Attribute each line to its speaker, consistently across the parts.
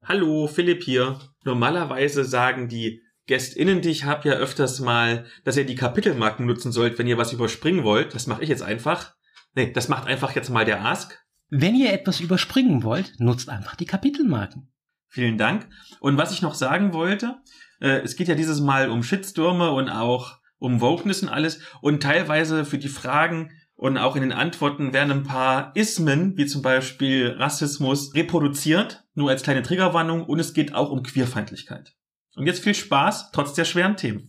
Speaker 1: Hallo, Philipp hier. Normalerweise sagen die GästInnen, die ich habe, ja öfters mal, dass ihr die Kapitelmarken nutzen sollt, wenn ihr was überspringen wollt. Das mache ich jetzt einfach. Das macht einfach jetzt mal der Ask.
Speaker 2: Wenn ihr etwas überspringen wollt, nutzt einfach die Kapitelmarken.
Speaker 1: Vielen Dank. Und was ich noch sagen wollte, es geht ja dieses Mal um Shitstürme und auch um Wokeness und alles. Und teilweise für die Fragen und auch in den Antworten werden ein paar Ismen, wie zum Beispiel Rassismus, reproduziert, nur als kleine Triggerwarnung. Und es geht auch um Queerfeindlichkeit. Und jetzt viel Spaß, trotz der schweren Themen.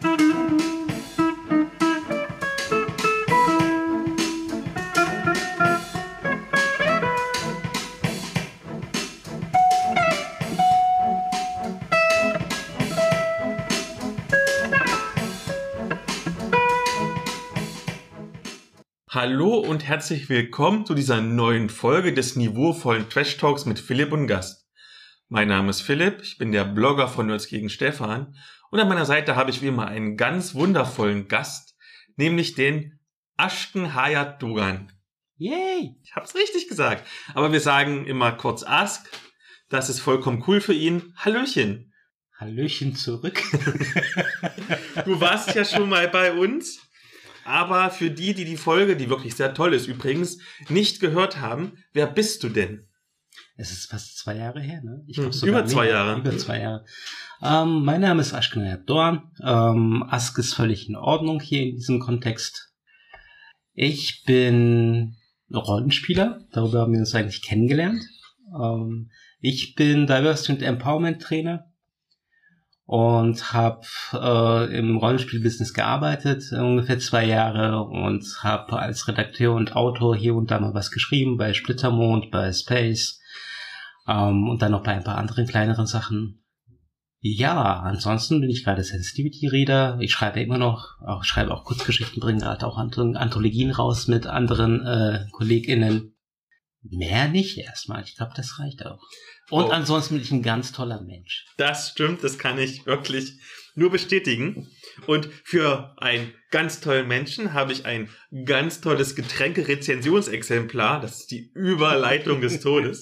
Speaker 1: Hallo und herzlich willkommen zu dieser neuen Folge des niveauvollen Trash Talks mit Philipp und Gast. Mein Name ist Philipp, ich bin der Blogger von Nerds gegen Stefan und an meiner Seite habe ich wie immer einen ganz wundervollen Gast, nämlich den Ashken Hayat Dogan.
Speaker 2: Yay!
Speaker 1: Ich hab's richtig gesagt, aber wir sagen immer kurz Ask, das ist vollkommen cool für ihn. Hallöchen!
Speaker 2: Hallöchen zurück.
Speaker 1: Du warst ja schon mal bei uns. Aber für die Folge, die wirklich sehr toll ist übrigens, nicht gehört haben, wer bist du denn?
Speaker 2: Es ist fast 2 Jahre her, ne? Ich
Speaker 1: glaub, über 2 Jahre.
Speaker 2: Über 2 Jahre. Mein Name ist Ashken Hayat Dogan. Ask ist völlig in Ordnung hier in diesem Kontext. Ich bin Rollenspieler, darüber haben wir uns eigentlich kennengelernt. Ich bin Diversity und Empowerment Trainer. Und habe im Rollenspielbusiness gearbeitet, ungefähr 2 Jahre, und habe als Redakteur und Autor hier und da mal was geschrieben, bei Splittermond, bei Space, und dann noch bei ein paar anderen kleineren Sachen. Ja, ansonsten bin ich gerade Sensitivity Reader. Ich schreibe immer noch, schreibe auch Kurzgeschichten, bringe gerade auch Anthologien raus mit anderen KollegInnen. Mehr nicht erstmal. Ich glaube, das reicht auch. Und ansonsten bin ich ein ganz toller Mensch.
Speaker 1: Das stimmt, das kann ich wirklich nur bestätigen. Und für einen ganz tollen Menschen habe ich ein ganz tolles Getränke-Rezensionsexemplar. Das ist die Überleitung des Todes.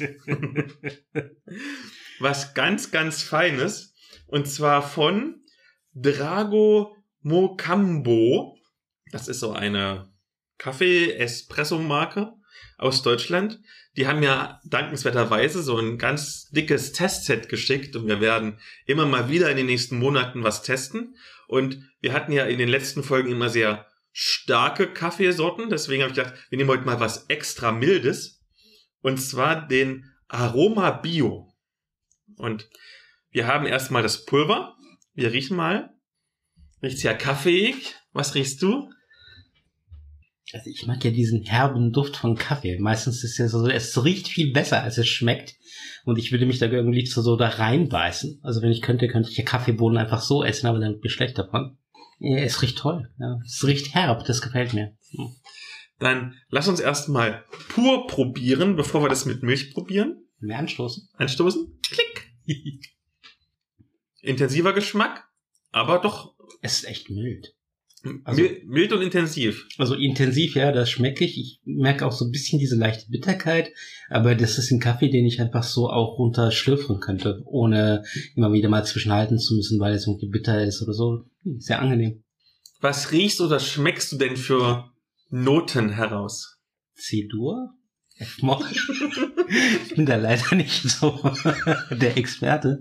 Speaker 1: Was ganz, ganz Feines. Und zwar von Drago Mocambo. Das ist so eine Kaffee-Espresso-Marke aus Deutschland. Die haben ja dankenswerterweise so ein ganz dickes Testset geschickt und wir werden immer mal wieder in den nächsten Monaten was testen. Und wir hatten ja in den letzten Folgen immer sehr starke Kaffeesorten, deswegen habe ich gedacht, wir nehmen heute mal was extra Mildes, und zwar den Aroma Bio. Und wir haben erstmal das Pulver. Wir riechen mal. Riecht's ja kaffeeig. Was riechst du?
Speaker 2: Also ich mag ja diesen herben Duft von Kaffee. Meistens ist ja so, es riecht viel besser, als es schmeckt. Und ich würde mich da irgendwie so da reinbeißen. Also wenn ich könnte ich ja Kaffeebohnen einfach so essen, aber dann wird mir schlecht davon. Ja, es riecht toll. Ja. Es riecht herb, das gefällt mir.
Speaker 1: Dann lass uns erstmal pur probieren, bevor wir das mit Milch probieren.
Speaker 2: Wir anstoßen.
Speaker 1: Anstoßen. Klick. Intensiver Geschmack, aber doch.
Speaker 2: Es ist echt mild.
Speaker 1: Also, mild und intensiv.
Speaker 2: Also intensiv, ja, das schmecke ich. Ich merke auch so ein bisschen diese leichte Bitterkeit, aber das ist ein Kaffee, den ich einfach so auch runterschlürfen könnte, ohne immer wieder mal zwischenhalten zu müssen, weil es irgendwie bitter ist oder so. Sehr angenehm.
Speaker 1: Was riechst oder schmeckst du denn für Noten heraus?
Speaker 2: C-Dur? F-Moll? Ich bin da leider nicht so der Experte.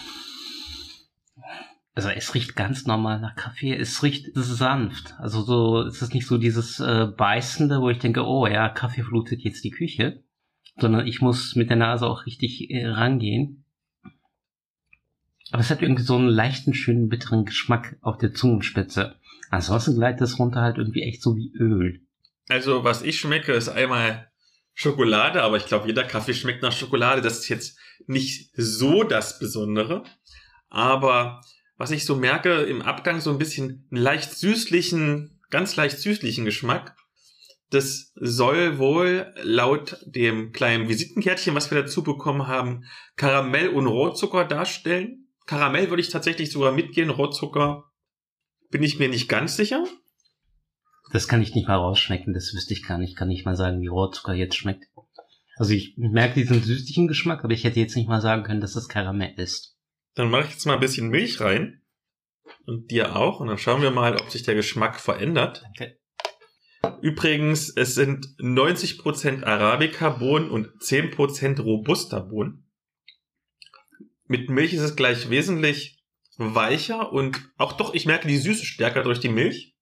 Speaker 2: Also es riecht ganz normal nach Kaffee. Es riecht sanft. Also so, es ist nicht so dieses Beißende, wo ich denke, oh ja, Kaffee flutet jetzt die Küche. Sondern ich muss mit der Nase auch richtig rangehen. Aber es hat irgendwie so einen leichten, schönen, bitteren Geschmack auf der Zungenspitze. Ansonsten gleitet es runter halt irgendwie echt so wie Öl.
Speaker 1: Also was ich schmecke, ist einmal Schokolade. Aber ich glaube, jeder Kaffee schmeckt nach Schokolade. Das ist jetzt nicht so das Besondere. Aber was ich so merke, im Abgang so ein bisschen einen leicht süßlichen, ganz leicht süßlichen Geschmack. Das soll wohl laut dem kleinen Visitenkärtchen, was wir dazu bekommen haben, Karamell und Rohrzucker darstellen. Karamell würde ich tatsächlich sogar mitgehen, Rohrzucker bin ich mir nicht ganz sicher.
Speaker 2: Das kann ich nicht mal rausschmecken, das wüsste ich gar nicht. Kann nicht mal sagen, wie Rohrzucker jetzt schmeckt. Also ich merke diesen süßlichen Geschmack, aber ich hätte jetzt nicht mal sagen können, dass das Karamell ist.
Speaker 1: Dann mache ich jetzt mal ein bisschen Milch rein. Und dir auch. Und dann schauen wir mal, ob sich der Geschmack verändert.
Speaker 2: Danke.
Speaker 1: Übrigens, es sind 90% Arabica-Bohnen und 10% Robusta-Bohnen. Mit Milch ist es gleich wesentlich weicher und auch doch, ich merke die Süße stärker durch die Milch.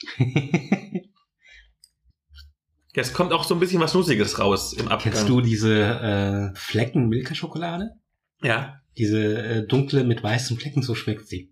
Speaker 1: Jetzt kommt auch so ein bisschen was Nussiges raus im Abgang.
Speaker 2: Kennst du diese Flecken Milka-Schokolade?
Speaker 1: Ja.
Speaker 2: Diese dunkle mit weißen Flecken, so schmeckt sie.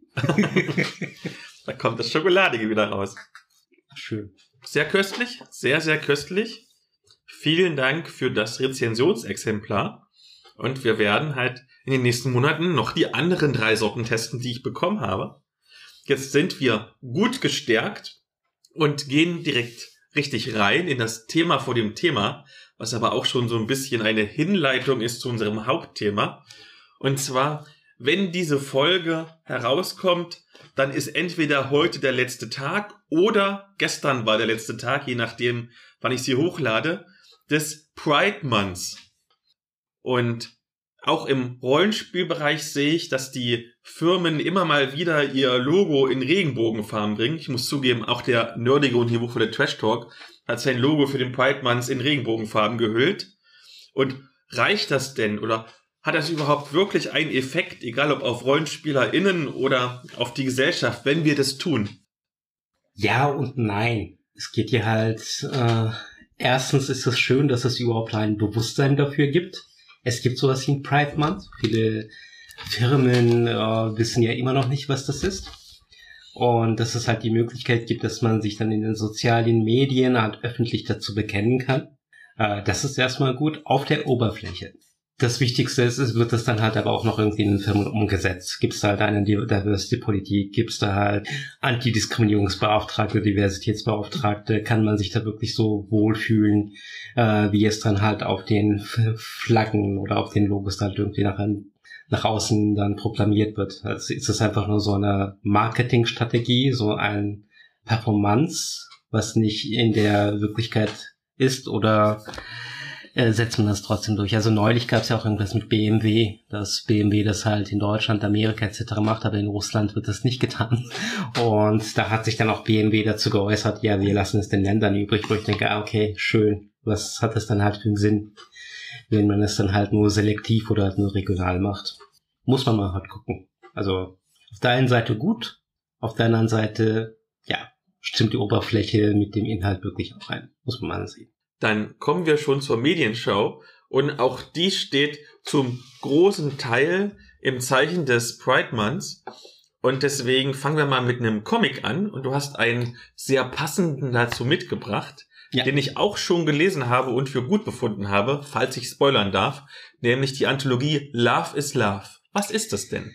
Speaker 1: Da kommt das Schokoladige wieder raus.
Speaker 2: Ach, schön.
Speaker 1: Sehr köstlich, sehr, sehr köstlich. Vielen Dank für das Rezensionsexemplar. Und wir werden halt in den nächsten Monaten noch die anderen 3 Sorten testen, die ich bekommen habe. Jetzt sind wir gut gestärkt und gehen direkt richtig rein in das Thema vor dem Thema, was aber auch schon so ein bisschen eine Hinleitung ist zu unserem Hauptthema. Und zwar, wenn diese Folge herauskommt, dann ist entweder heute der letzte Tag oder gestern war der letzte Tag, je nachdem, wann ich sie hochlade, des Pride Months. Und auch im Rollenspielbereich sehe ich, dass die Firmen immer mal wieder ihr Logo in Regenbogenfarben bringen. Ich muss zugeben, auch der nerdige und niveauvolle Trash Talk hat sein Logo für den Pride Month in Regenbogenfarben gehüllt. Und reicht das denn oder hat das überhaupt wirklich einen Effekt, egal ob auf RollenspielerInnen oder auf die Gesellschaft, wenn wir das tun?
Speaker 2: Ja und nein. Es geht hier halt, erstens ist es schön, dass es überhaupt ein Bewusstsein dafür gibt. Es gibt sowas wie ein Pride Month. Viele Firmen wissen ja immer noch nicht, was das ist. Und dass es halt die Möglichkeit gibt, dass man sich dann in den sozialen Medien halt öffentlich dazu bekennen kann. Das ist erstmal gut auf der Oberfläche. Das Wichtigste ist, es wird das dann halt aber auch noch irgendwie in den Firmen umgesetzt. Gibt es halt eine Diversity-Politik, gibt es da halt Antidiskriminierungsbeauftragte, Diversitätsbeauftragte, kann man sich da wirklich so wohlfühlen, wie es dann halt auf den Flaggen oder auf den Logos halt irgendwie nach außen dann proklamiert wird. Also ist es einfach nur so eine Marketingstrategie, so ein Performance, was nicht in der Wirklichkeit ist, oder setzt man das trotzdem durch. Also neulich gab es ja auch irgendwas mit BMW, dass BMW das halt in Deutschland, Amerika etc. macht, aber in Russland wird das nicht getan. Und da hat sich dann auch BMW dazu geäußert, ja, wir lassen es den Ländern übrig, wo ich denke, okay, schön, was hat das dann halt für einen Sinn, wenn man es dann halt nur selektiv oder halt nur regional macht. Muss man mal halt gucken. Also auf der einen Seite gut, auf der anderen Seite, ja, stimmt die Oberfläche mit dem Inhalt wirklich auch ein. Muss man mal sehen.
Speaker 1: Dann kommen wir schon zur Medienschau und auch die steht zum großen Teil im Zeichen des Pride Months und deswegen fangen wir mal mit einem Comic an und du hast einen sehr passenden dazu mitgebracht, ja, den ich auch schon gelesen habe und für gut befunden habe, falls ich spoilern darf, nämlich die Anthologie Love is Love. Was ist das denn?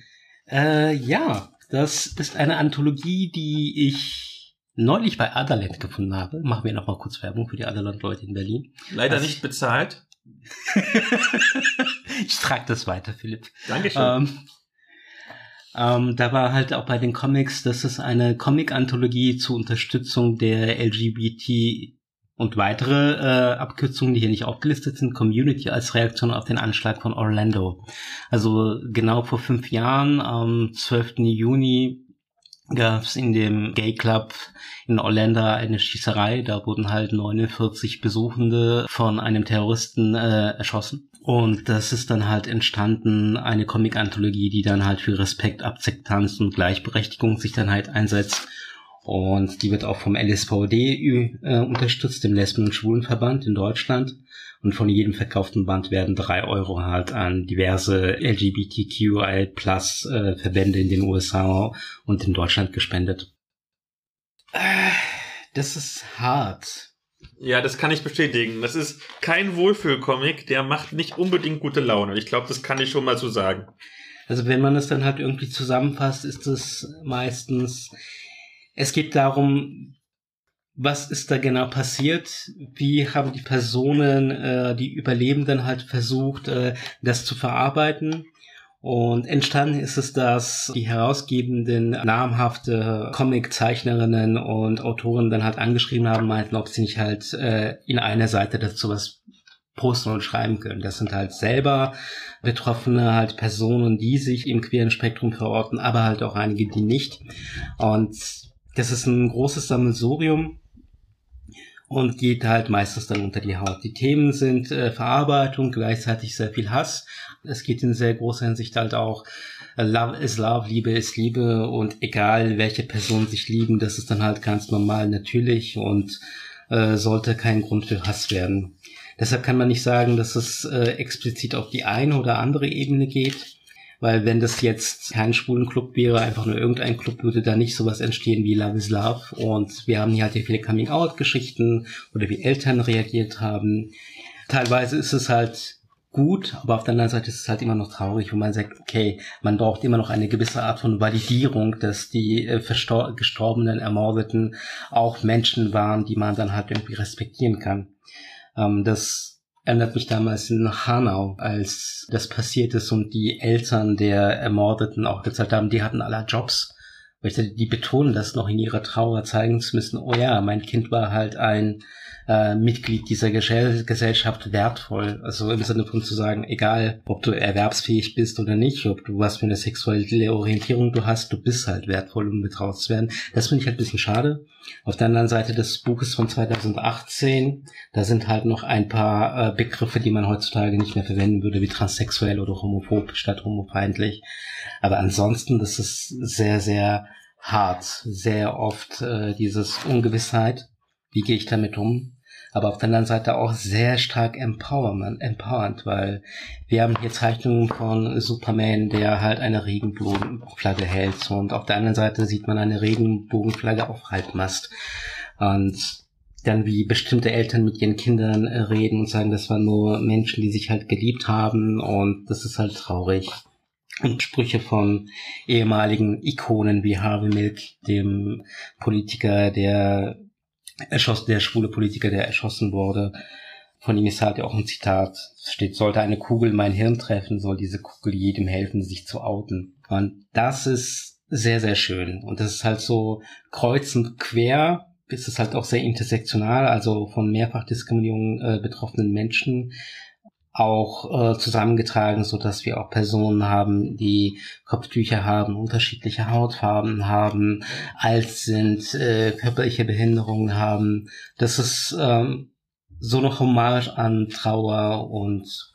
Speaker 2: Ja, das ist eine Anthologie, die ich neulich bei Adaland gefunden habe. Machen wir noch mal kurz Werbung für die Adaland-Leute in Berlin.
Speaker 1: Leider nicht bezahlt.
Speaker 2: Ich trage das weiter, Philipp.
Speaker 1: Dankeschön.
Speaker 2: Da war halt auch bei den Comics, das ist eine Comic-Anthologie zur Unterstützung der LGBT und weitere Abkürzungen, die hier nicht aufgelistet sind, Community als Reaktion auf den Anschlag von Orlando. Also genau vor 5 Jahren, am 12. Juni, gab es in dem Gay Club in Orlando eine Schießerei. Da wurden halt 49 Besuchende von einem Terroristen erschossen. Und das ist dann halt entstanden, eine Comic-Anthologie, die dann halt für Respekt, Akzeptanz und Gleichberechtigung sich dann halt einsetzt. Und die wird auch vom LSVD unterstützt, dem Lesben- und Schwulenverband in Deutschland. Und von jedem verkauften Band werden 3 Euro halt an diverse LGBTQI+ Verbände in den USA und in Deutschland gespendet. Das ist hart.
Speaker 1: Ja, das kann ich bestätigen. Das ist kein Wohlfühlcomic, der macht nicht unbedingt gute Laune. Ich glaube, das kann ich schon mal so sagen.
Speaker 2: Also wenn man es dann halt irgendwie zusammenfasst, ist es meistens, es geht darum, was ist da genau passiert? Wie haben die Personen, die Überlebenden halt versucht, das zu verarbeiten? Und entstanden ist es, dass die herausgebenden namhafte Comiczeichnerinnen und Autoren dann halt angeschrieben haben, meinten, ob sie nicht halt in einer Seite dazu was posten und schreiben können. Das sind halt selber Betroffene, halt Personen, die sich im queeren Spektrum verorten, aber halt auch einige, die nicht. Und das ist ein großes Sammelsurium und geht halt meistens dann unter die Haut. Die Themen sind Verarbeitung, gleichzeitig sehr viel Hass. Es geht in sehr großer Hinsicht halt auch Love is Love, Liebe ist Liebe, und egal welche Personen sich lieben, das ist dann halt ganz normal, natürlich und sollte kein Grund für Hass werden. Deshalb kann man nicht sagen, dass es explizit auf die eine oder andere Ebene geht, weil wenn das jetzt kein Schwulenclub wäre, einfach nur irgendein Club, würde da nicht sowas entstehen wie Love is Love, und wir haben hier halt viele Coming-out-Geschichten oder wie Eltern reagiert haben. Teilweise ist es halt gut, aber auf der anderen Seite ist es halt immer noch traurig, wo man sagt, okay, man braucht immer noch eine gewisse Art von Validierung, dass die gestorbenen, Ermordeten auch Menschen waren, die man dann halt irgendwie respektieren kann. Das erinnert mich damals in Hanau, als das passiert ist und die Eltern der Ermordeten auch gesagt haben, die hatten alle Jobs. Weil ich dachte, die betonen das noch in ihrer Trauer, zeigen zu müssen, oh ja, mein Kind war halt ein Mitglied dieser Gesellschaft wertvoll. Also im Sinne von zu sagen, egal, ob du erwerbsfähig bist oder nicht, ob du was für eine sexuelle Orientierung du hast, du bist halt wertvoll, um betraut zu werden. Das finde ich halt ein bisschen schade. Auf der anderen Seite des Buches von 2018, da sind halt noch ein paar Begriffe, die man heutzutage nicht mehr verwenden würde, wie transsexuell oder homophob statt homofeindlich. Aber ansonsten, das ist sehr, sehr hart. Sehr oft dieses Ungewissheit. Wie gehe ich damit um? Aber auf der anderen Seite auch sehr stark empowernd, weil wir haben hier Zeichnungen von Superman, der halt eine Regenbogenflagge hält, und auf der anderen Seite sieht man eine Regenbogenflagge auf Halbmast. Und dann wie bestimmte Eltern mit ihren Kindern reden und sagen, das waren nur Menschen, die sich halt geliebt haben, und das ist halt traurig. Und Sprüche von ehemaligen Ikonen wie Harvey Milk, dem Politiker, der schwule Politiker, der erschossen wurde. Von ihm ist halt ja auch ein Zitat, steht, sollte eine Kugel mein Hirn treffen, soll diese Kugel jedem helfen, sich zu outen. Und das ist sehr, sehr schön. Und das ist halt so kreuzend quer, ist es halt auch sehr intersektional, also von Mehrfachdiskriminierung betroffenen Menschen auch zusammengetragen, so dass wir auch Personen haben, die Kopftücher haben, unterschiedliche Hautfarben haben, alt sind, körperliche Behinderungen haben. Das ist so eine Hommage an Trauer und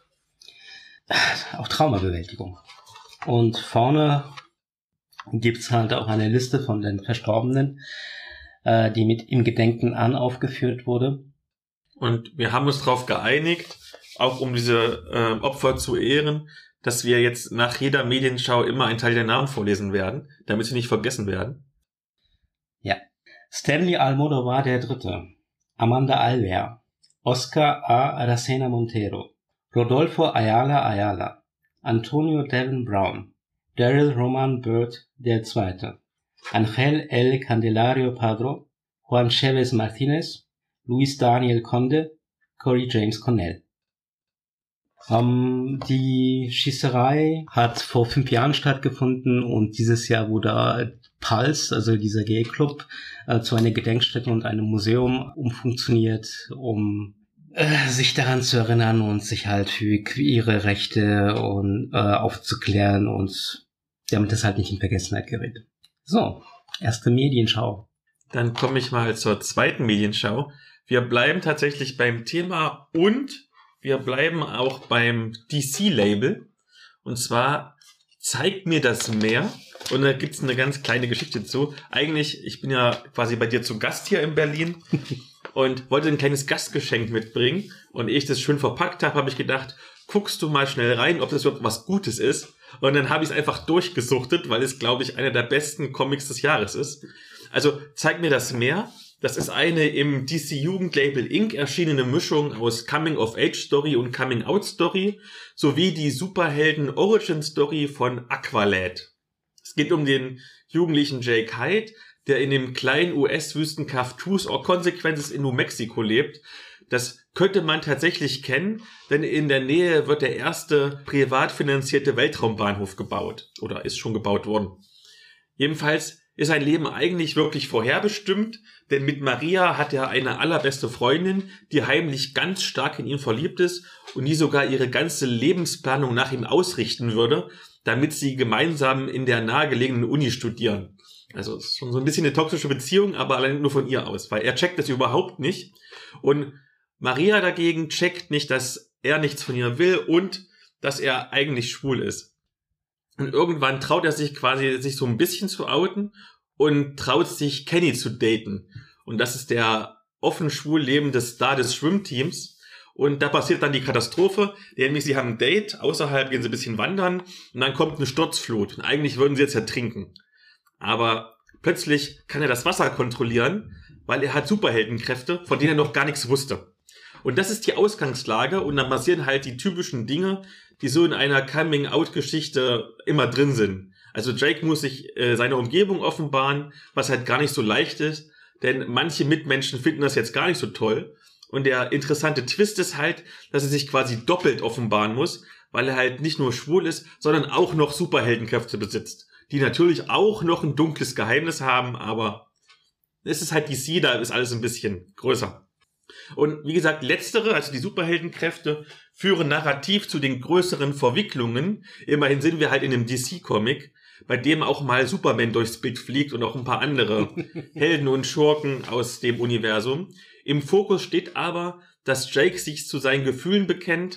Speaker 2: auch Traumabewältigung. Und vorne gibt's halt auch eine Liste von den Verstorbenen, die mit im Gedenken an aufgeführt wurde.
Speaker 1: Und wir haben uns darauf geeinigt, auch um diese Opfer zu ehren, dass wir jetzt nach jeder Medienschau immer einen Teil der Namen vorlesen werden, damit sie nicht vergessen werden.
Speaker 2: Ja. Stanley Almodovar III., Amanda Alvear, Oscar A. Aracena Montero, Rodolfo Ayala Ayala, Antonio Devin Brown, Daryl Roman Bird II., Angel L. Candelario Padro, Juan Chavez Martinez, Luis Daniel Conde, Corey James Connell. Die Schießerei hat vor 5 Jahren stattgefunden, und dieses Jahr wurde Pulse, also dieser Gay-Club, zu einer Gedenkstätte und einem Museum umfunktioniert, um sich daran zu erinnern und sich halt für queere Rechte und aufzuklären, und damit es halt nicht in Vergessenheit gerät. So, erste Medienschau.
Speaker 1: Dann komme ich mal zur zweiten Medienschau. Wir bleiben tatsächlich beim Thema und wir bleiben auch beim DC-Label. Und zwar zeigt mir das mehr. Und da gibt's eine ganz kleine Geschichte zu. Eigentlich, ich bin ja quasi bei dir zu Gast hier in Berlin und wollte ein kleines Gastgeschenk mitbringen. Und ehe ich das schön verpackt habe, habe ich gedacht, guckst du mal schnell rein, ob das überhaupt was Gutes ist. Und dann habe ich es einfach durchgesuchtet, weil es, glaube ich, einer der besten Comics des Jahres ist. Also zeig mir das mehr. Das ist eine im DC Jugendlabel Inc. erschienene Mischung aus Coming-of-Age-Story und Coming-out-Story sowie die Superhelden-Origin-Story von Aqualad. Es geht um den jugendlichen Jake Hyde, der in dem kleinen US-Wüstenkaff Truth or Consequences in New Mexico lebt. Das könnte man tatsächlich kennen, denn in der Nähe wird der erste privat finanzierte Weltraumbahnhof gebaut oder ist schon gebaut worden. Jedenfalls ist sein Leben eigentlich wirklich vorherbestimmt, denn mit Maria hat er eine allerbeste Freundin, die heimlich ganz stark in ihn verliebt ist und die sogar ihre ganze Lebensplanung nach ihm ausrichten würde, damit sie gemeinsam in der nahegelegenen Uni studieren. Also es ist schon so ein bisschen eine toxische Beziehung, aber allein nur von ihr aus, weil er checkt das überhaupt nicht. Und Maria dagegen checkt nicht, dass er nichts von ihr will und dass er eigentlich schwul ist. Und irgendwann traut er sich quasi, sich so ein bisschen zu outen und traut sich, Kenny zu daten. Und das ist der offen schwul lebende Star des Schwimmteams. Und da passiert dann die Katastrophe, nämlich sie haben ein Date, außerhalb gehen sie ein bisschen wandern und dann kommt eine Sturzflut. Und eigentlich würden sie jetzt ertrinken. Aber plötzlich kann er das Wasser kontrollieren, weil er hat Superheldenkräfte, von denen er noch gar nichts wusste. Und das ist die Ausgangslage und dann passieren halt die typischen Dinge, die so in einer Coming-out-Geschichte immer drin sind. Also Jake muss sich seiner Umgebung offenbaren, was halt gar nicht so leicht ist, denn manche Mitmenschen finden das jetzt gar nicht so toll. Und der interessante Twist ist halt, dass er sich quasi doppelt offenbaren muss, weil er halt nicht nur schwul ist, sondern auch noch Superheldenkräfte besitzt, die natürlich auch noch ein dunkles Geheimnis haben, aber es ist halt DC, da ist alles ein bisschen größer. Und wie gesagt, letztere, also die Superheldenkräfte, führen narrativ zu den größeren Verwicklungen. Immerhin sind wir halt in einem DC-Comic, bei dem auch mal Superman durchs Bild fliegt und auch ein paar andere Helden und Schurken aus dem Universum. Im Fokus steht aber, dass Jake sich zu seinen Gefühlen bekennt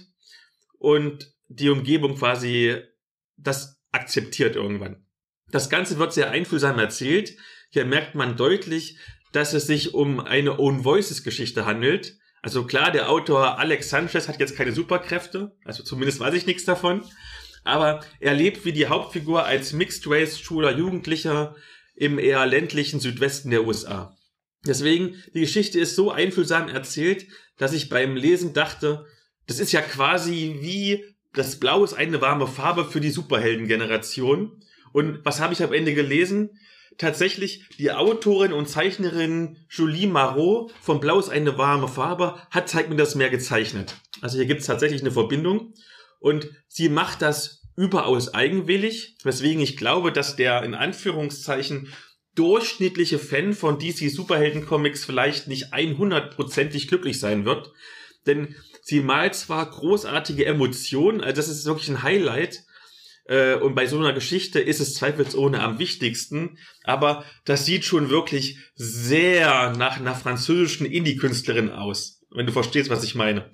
Speaker 1: und die Umgebung quasi das akzeptiert irgendwann. Das Ganze wird sehr einfühlsam erzählt. Hier merkt man deutlich, dass es sich um eine Own Voices Geschichte handelt. Also klar, der Autor Alex Sanchez hat jetzt keine Superkräfte, also zumindest weiß ich nichts davon, aber er lebt wie die Hauptfigur als Mixed Race schwuler Jugendlicher im eher ländlichen Südwesten der USA. Deswegen, die Geschichte ist so einfühlsam erzählt, dass ich beim Lesen dachte, das ist ja quasi wie das Blau ist eine warme Farbe für die Superheldengeneration. Und was habe ich am Ende gelesen? Tatsächlich, die Autorin und Zeichnerin Julie Marot von Blau ist eine warme Farbe hat Zeig mir das Meer gezeichnet. Also hier gibt es tatsächlich eine Verbindung und sie macht das überaus eigenwillig, weswegen ich glaube, dass der in Anführungszeichen durchschnittliche Fan von DC Superhelden-Comics vielleicht nicht 100%ig glücklich sein wird, denn sie malt zwar großartige Emotionen, also das ist wirklich ein Highlight, und bei so einer Geschichte ist es zweifelsohne am wichtigsten, aber das sieht schon wirklich sehr nach einer französischen Indie-Künstlerin aus, wenn du verstehst, was ich meine.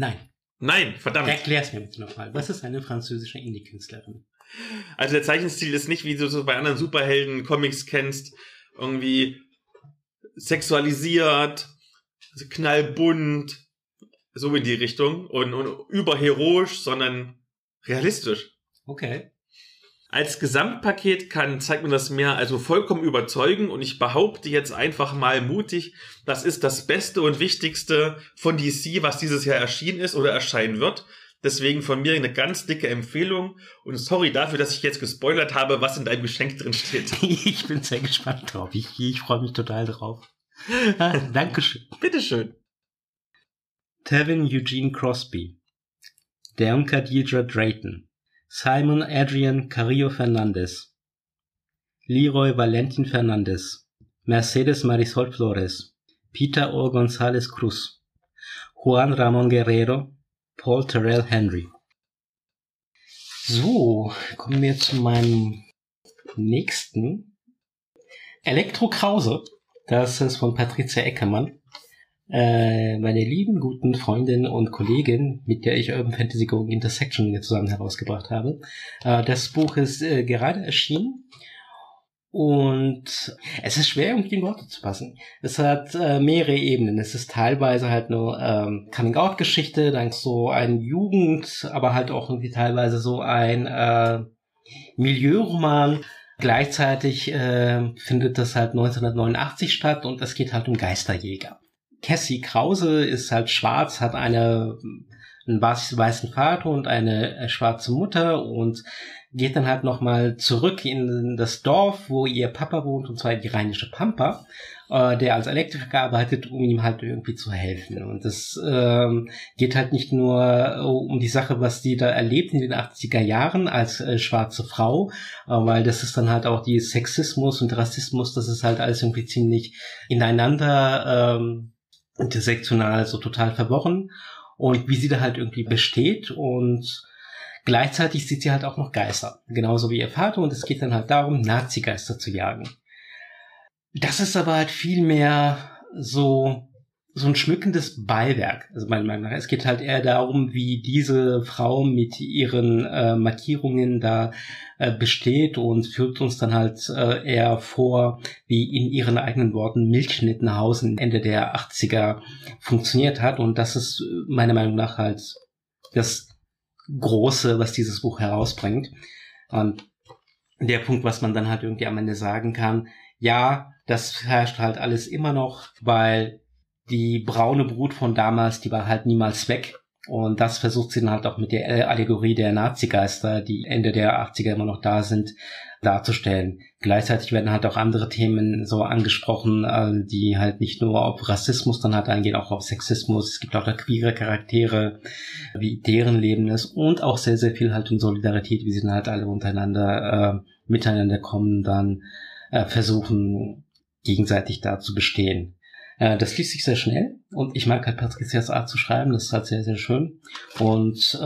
Speaker 1: Nein, verdammt.
Speaker 2: Erklär's mir bitte nochmal. Was ist eine französische Indie-Künstlerin?
Speaker 1: Also der Zeichenstil ist nicht, wie du so bei anderen Superhelden-Comics kennst, irgendwie sexualisiert, knallbunt, so in die Richtung und überheroisch, sondern realistisch.
Speaker 2: Okay.
Speaker 1: Als Gesamtpaket kann Zeig mir das Meer also vollkommen überzeugen und ich behaupte jetzt einfach mal mutig, das ist das Beste und Wichtigste von DC, was dieses Jahr erschienen ist oder erscheinen wird. Deswegen von mir eine ganz dicke Empfehlung und sorry dafür, dass ich jetzt gespoilert habe, was in deinem Geschenk drin steht.
Speaker 2: Ich bin sehr gespannt drauf. Ich freue mich total drauf. Dankeschön.
Speaker 1: Bitteschön.
Speaker 2: Tevin Eugene Crosby, Deon Khadija Drayton, Simon Adrian Carrillo Fernandez, Leroy Valentin Fernandez, Mercedes Marisol Flores, Peter O. González Cruz, Juan Ramón Guerrero, Paul Terrell Henry. So, kommen wir zu meinem nächsten. Elektro Krause, das ist von Patricia Eckermann. Meine lieben, guten Freundin und Kollegin, mit der ich Urban Fantasy Going Intersection zusammen herausgebracht habe. Das Buch ist gerade erschienen und es ist schwer, irgendwie in Worte zu fassen. Es hat mehrere Ebenen. Es ist teilweise halt nur Coming-out-Geschichte, dann so ein Jugend, aber halt auch irgendwie teilweise so ein Milieuroman. Gleichzeitig findet das halt 1989 statt und es geht halt um Geisterjäger. Cassie Krause ist halt schwarz, hat einen weißen Vater und eine schwarze Mutter und geht dann halt nochmal zurück in das Dorf, wo ihr Papa wohnt, und zwar die Rheinische Pampa. der als Elektriker arbeitet, um ihm halt irgendwie zu helfen. Und das geht halt nicht nur um die Sache, was die da erlebt in den 80er Jahren als schwarze Frau, weil das ist dann halt auch die Sexismus und Rassismus, das ist halt alles irgendwie ziemlich ineinander intersektional so total verworren. Und wie sie da halt irgendwie besteht und gleichzeitig sieht sie halt auch noch Geister, genauso wie ihr Vater, und es geht dann halt darum, Nazi-Geister zu jagen. Das ist aber halt viel mehr so ein schmückendes Beiwerk. Also meiner Meinung nach, es geht halt eher darum, wie diese Frau mit ihren Markierungen da besteht und führt uns dann halt eher vor, wie in ihren eigenen Worten Milchschnittenhausen Ende der 80er funktioniert hat. Und das ist meiner Meinung nach halt das Große, was dieses Buch herausbringt. Und der Punkt, was man dann halt irgendwie am Ende sagen kann, ja, das herrscht halt alles immer noch, weil die braune Brut von damals, die war halt niemals weg. Und das versucht sie dann halt auch mit der Allegorie der Nazi-Geister, die Ende der 80er immer noch da sind, darzustellen. Gleichzeitig werden halt auch andere Themen so angesprochen, die halt nicht nur auf Rassismus dann halt eingehen, auch auf Sexismus. Es gibt auch da queere Charaktere, wie deren Leben ist, und auch sehr, sehr viel halt um Solidarität, wie sie dann halt alle untereinander miteinander kommen, dann versuchen, gegenseitig da zu bestehen. Das liest sich sehr schnell und ich mag halt Patricias Art zu schreiben, das ist halt sehr, sehr schön. Und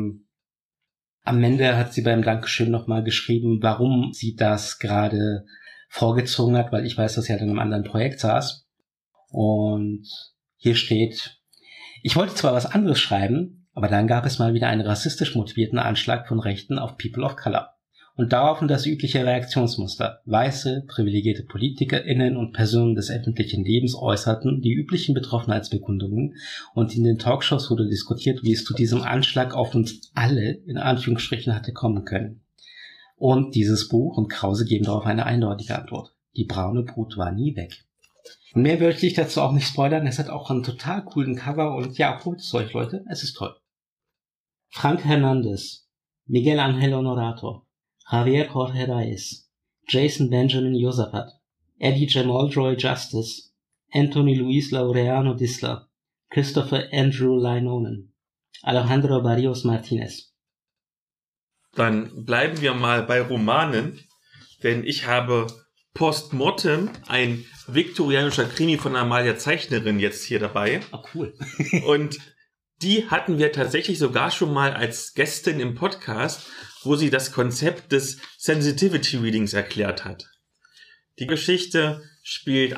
Speaker 2: am Ende hat sie beim Dankeschön nochmal geschrieben, warum sie das gerade vorgezogen hat, weil ich weiß, dass sie halt in einem anderen Projekt saß. Und hier steht, ich wollte zwar was anderes schreiben, aber dann gab es mal wieder einen rassistisch motivierten Anschlag von Rechten auf People of Color. Und daraufhin das übliche Reaktionsmuster. Weiße, privilegierte PolitikerInnen und Personen des öffentlichen Lebens äußerten die üblichen Betroffenheitsbekundungen, und in den Talkshows wurde diskutiert, wie es zu diesem Anschlag auf uns alle, in Anführungsstrichen, hatte kommen können. Und dieses Buch und Krause geben darauf eine eindeutige Antwort. Die braune Brut war nie weg. Und mehr möchte ich dazu auch nicht spoilern. Es hat auch einen total coolen Cover und ja, holt es euch, Leute. Es ist toll. Frank Hernandez, Miguel Ángel Honorato, Javier Jorge Reyes, Jason Benjamin Josaphat, Eddie Jamal-Joy Justice, Anthony Luis Laureano Disler, Christopher Andrew Leinonen, Alejandro Barrios Martinez.
Speaker 1: Dann bleiben wir mal bei Romanen, denn ich habe Postmortem, ein viktorianischer Krimi von Amalia Zeichnerin, jetzt hier dabei.
Speaker 2: Oh, cool.
Speaker 1: Und die hatten wir tatsächlich sogar schon mal als Gästin im Podcast, wo sie das Konzept des Sensitivity Readings erklärt hat. Die Geschichte spielt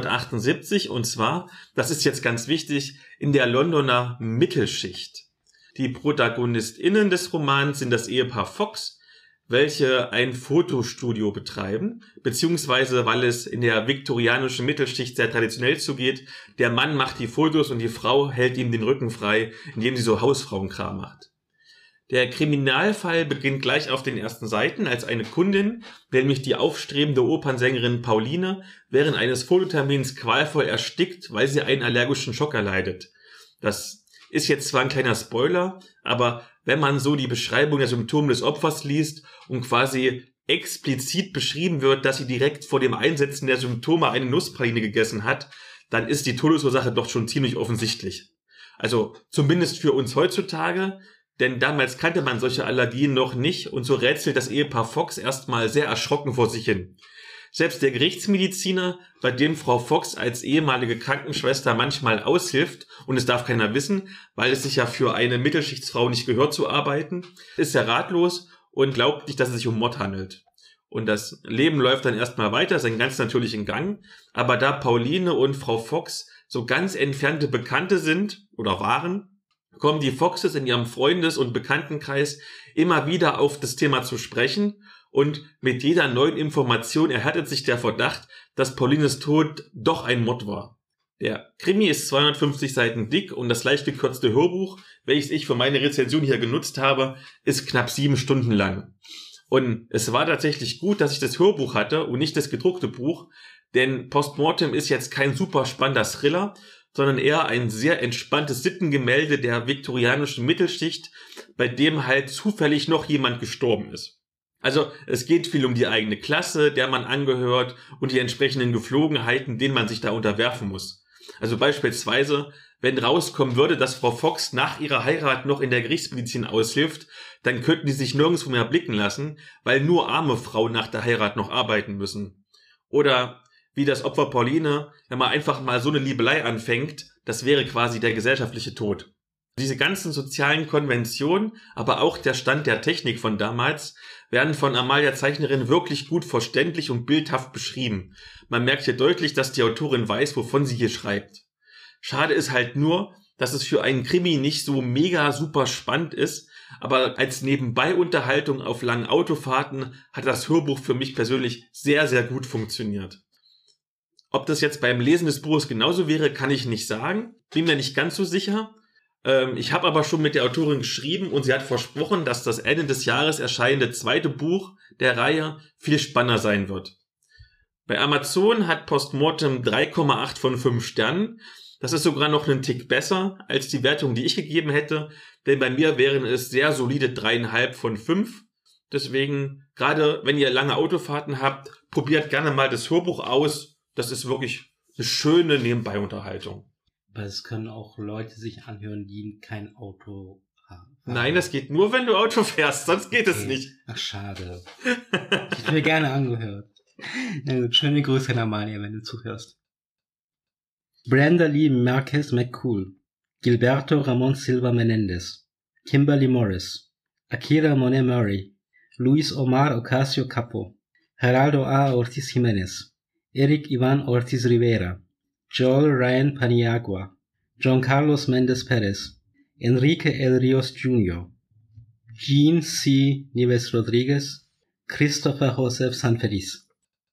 Speaker 1: 1878 und zwar, das ist jetzt ganz wichtig, in der Londoner Mittelschicht. Die ProtagonistInnen des Romans sind das Ehepaar Fox, welche ein Fotostudio betreiben, beziehungsweise, weil es in der viktorianischen Mittelschicht sehr traditionell zugeht, der Mann macht die Fotos und die Frau hält ihm den Rücken frei, indem sie so Hausfrauenkram macht. Der Kriminalfall beginnt gleich auf den ersten Seiten, als eine Kundin, nämlich die aufstrebende Opernsängerin Pauline, während eines Fototermins qualvoll erstickt, weil sie einen allergischen Schock erleidet. Das ist jetzt zwar ein kleiner Spoiler, aber wenn man so die Beschreibung der Symptome des Opfers liest und quasi explizit beschrieben wird, dass sie direkt vor dem Einsetzen der Symptome eine Nusspraline gegessen hat, dann ist die Todesursache doch schon ziemlich offensichtlich. Also zumindest für uns heutzutage, denn damals kannte man solche Allergien noch nicht und so rätselt das Ehepaar Fox erstmal sehr erschrocken vor sich hin. Selbst der Gerichtsmediziner, bei dem Frau Fox als ehemalige Krankenschwester manchmal aushilft, und es darf keiner wissen, weil es sich ja für eine Mittelschichtsfrau nicht gehört zu arbeiten, ist sehr ratlos und glaubt nicht, dass es sich um Mord handelt. Und das Leben läuft dann erstmal weiter, seinen ganz natürlichen Gang, aber da Pauline und Frau Fox so ganz entfernte Bekannte sind oder waren, kommen die Foxes in ihrem Freundes- und Bekanntenkreis immer wieder auf das Thema zu sprechen, und mit jeder neuen Information erhärtet sich der Verdacht, dass Paulines Tod doch ein Mord war. Der Krimi ist 250 Seiten dick und das leicht gekürzte Hörbuch, welches ich für meine Rezension hier genutzt habe, ist knapp 7 Stunden lang. Und es war tatsächlich gut, dass ich das Hörbuch hatte und nicht das gedruckte Buch, denn Postmortem ist jetzt kein super spannender Thriller, sondern eher ein sehr entspanntes Sittengemälde der viktorianischen Mittelschicht, bei dem halt zufällig noch jemand gestorben ist. Also es geht viel um die eigene Klasse, der man angehört und die entsprechenden Geflogenheiten, denen man sich da unterwerfen muss. Also beispielsweise, wenn rauskommen würde, dass Frau Fox nach ihrer Heirat noch in der Gerichtsmedizin aushilft, dann könnten die sich nirgendwo mehr blicken lassen, weil nur arme Frauen nach der Heirat noch arbeiten müssen. Oder wie das Opfer Pauline, wenn man einfach mal so eine Liebelei anfängt, das wäre quasi der gesellschaftliche Tod. Diese ganzen sozialen Konventionen, aber auch der Stand der Technik von damals, werden von Amalia Zeichnerin wirklich gut verständlich und bildhaft beschrieben. Man merkt hier deutlich, dass die Autorin weiß, wovon sie hier schreibt. Schade ist halt nur, dass es für einen Krimi nicht so mega super spannend ist, aber als Nebenbei-Unterhaltung auf langen Autofahrten hat das Hörbuch für mich persönlich sehr, sehr gut funktioniert. Ob das jetzt beim Lesen des Buches genauso wäre, kann ich nicht sagen. Bin mir nicht ganz so sicher. Ich habe aber schon mit der Autorin geschrieben und sie hat versprochen, dass das Ende des Jahres erscheinende zweite Buch der Reihe viel spannender sein wird. Bei Amazon hat Postmortem 3,8 von 5 Sternen. Das ist sogar noch einen Tick besser als die Wertung, die ich gegeben hätte, denn bei mir wären es sehr solide 3,5 von 5. Deswegen, gerade wenn ihr lange Autofahrten habt, probiert gerne mal das Hörbuch aus. Das ist wirklich eine schöne Nebenbei-Unterhaltung.
Speaker 2: Aber es können auch Leute sich anhören, die kein Auto haben.
Speaker 1: Nein, das geht nur, wenn du Auto fährst, sonst geht es nicht.
Speaker 2: Ach, schade. Ich hätte mir gerne angehört. Na gut, schöne Grüße an Amalia, wenn du zuhörst. Brenda Lee Marquez McCool, Gilberto Ramon Silva Menendez, Kimberly Morris, Akira Monet Murray, Luis Omar Ocasio Capo, Geraldo A. Ortiz Jiménez, Eric Ivan Ortiz Rivera, Joel Ryan Paniagua, John Carlos Mendes Perez, Enrique El Rios Jr., Jean C. Nieves Rodriguez, Christopher Joseph Sanfeliz.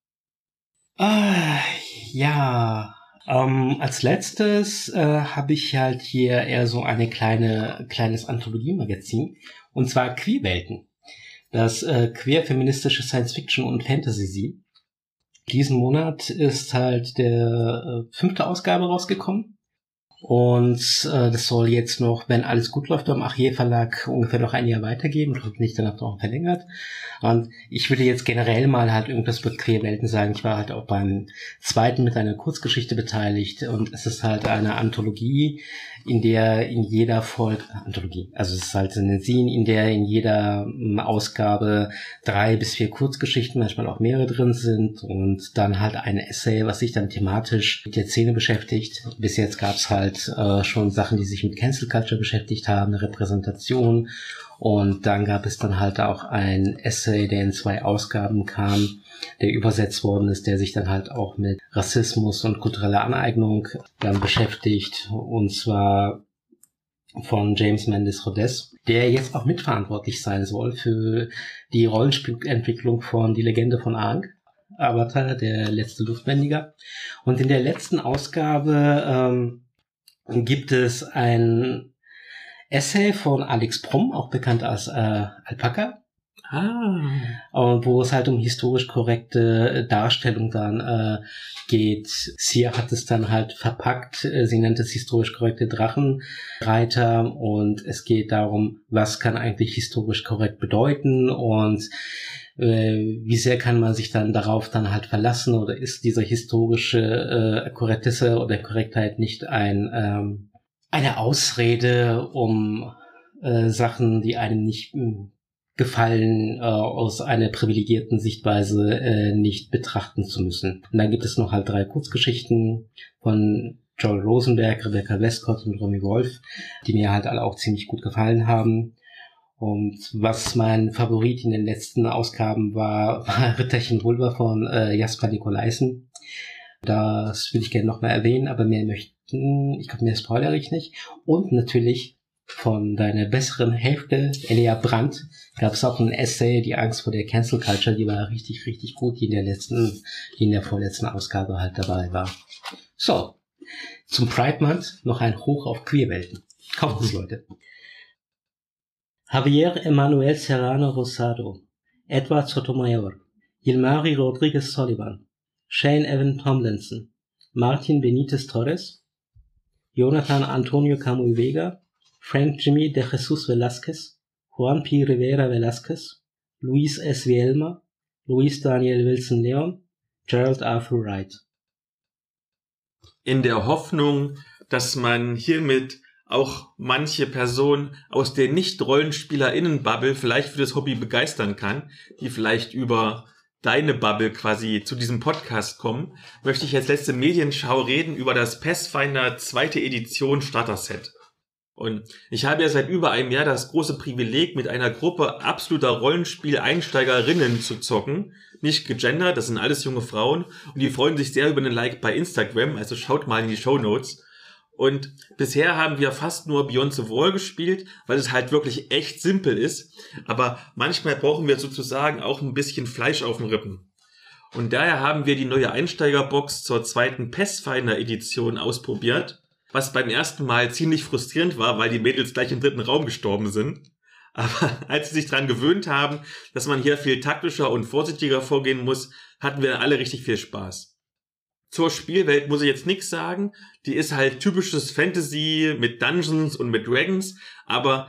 Speaker 2: Als letztes habe ich halt hier eher so eine kleines Anthologie-Magazin, und zwar Queerwelten, das queer-feministische Science-Fiction- und Fantasy. Diesen Monat ist halt der 5. Ausgabe rausgekommen. Und das soll jetzt noch, wenn alles gut läuft, beim Achier Verlag ungefähr noch ein Jahr weitergehen und hoffentlich danach noch verlängert. Und ich würde jetzt generell mal halt irgendwas über Queerwelten sagen. Ich war halt auch beim zweiten mit einer Kurzgeschichte beteiligt, und es ist halt eine Anthologie, in der in jeder Folge, also es ist halt eine Zine, in der in jeder Ausgabe 3 bis 4 Kurzgeschichten, manchmal auch mehrere drin sind, und dann halt ein Essay, was sich dann thematisch mit der Szene beschäftigt. Bis jetzt gab es halt schon Sachen, die sich mit Cancel Culture beschäftigt haben, eine Repräsentation, und dann gab es dann halt auch ein Essay, der in 2 Ausgaben kam, der übersetzt worden ist, der sich dann halt auch mit Rassismus und kultureller Aneignung dann beschäftigt, und zwar von James Mendes Rodez, der jetzt auch mitverantwortlich sein soll für die Rollenspielentwicklung von Die Legende von Aang, Avatar, der letzte Luftbändiger. Und in der letzten Ausgabe gibt es ein Essay von Alex Prom, auch bekannt als Alpaca. Wo es halt um historisch korrekte Darstellung dann geht. Sie hat es dann halt verpackt, sie nennt es historisch korrekte Drachenreiter, und es geht darum, was kann eigentlich historisch korrekt bedeuten und wie sehr kann man sich dann darauf dann halt verlassen, oder ist diese historische Korrektesse oder Korrektheit nicht eine Ausrede, um Sachen, die einem nicht gefallen, aus einer privilegierten Sichtweise nicht betrachten zu müssen. Und dann gibt es noch halt 3 Kurzgeschichten von Joel Rosenberg, Rebecca Westcott und Romy Wolf, die mir halt alle auch ziemlich gut gefallen haben. Und was mein Favorit in den letzten Ausgaben war Ritterchen Vulva von Jasper Nikolaisen. Das will ich gerne noch mal erwähnen, aber ich glaube, mehr spoilere ich nicht. Und natürlich von deiner besseren Hälfte, Elia Brandt, gab es auch ein Essay, Die Angst vor der Cancel Culture, die war richtig, richtig gut, die in der vorletzten Ausgabe halt dabei war. So, zum Pride Month noch ein Hoch auf Queerwelten. Kauft es, Leute. Javier Emanuel Serrano Rosado, Edward Sotomayor, Gilmari Rodriguez Sullivan, Shane Evan Tomlinson, Martin Benitez Torres, Jonathan Antonio Camuy Vega, Frank Jimmy de Jesus Velázquez, Juan P. Rivera Velázquez, Luis S. Vielma, Luis Daniel Wilson-Leon, Gerald Arthur Wright.
Speaker 1: In der Hoffnung, dass man hiermit auch manche Personen aus der Nicht-RollenspielerInnen-Bubble vielleicht für das Hobby begeistern kann, die vielleicht über deine Bubble quasi zu diesem Podcast kommen, möchte ich als letzte Medienschau reden über das Pathfinder 2. Edition Starter-Set. Und ich habe ja seit über einem Jahr das große Privileg, mit einer Gruppe absoluter Rollenspiel-Einsteigerinnen zu zocken. Nicht gegendert, das sind alles junge Frauen und die freuen sich sehr über einen Like bei Instagram, also schaut mal in die Shownotes. Und bisher haben wir fast nur Beyond the Wall gespielt, weil es halt wirklich echt simpel ist. Aber manchmal brauchen wir sozusagen auch ein bisschen Fleisch auf den Rippen. Und daher haben wir die neue Einsteigerbox zur 2. Pathfinder-Edition ausprobiert, was beim ersten Mal ziemlich frustrierend war, weil die Mädels gleich im 3. Raum gestorben sind. Aber als sie sich dran gewöhnt haben, dass man hier viel taktischer und vorsichtiger vorgehen muss, hatten wir alle richtig viel Spaß. Zur Spielwelt muss ich jetzt nichts sagen. Die ist halt typisches Fantasy mit Dungeons und mit Dragons, aber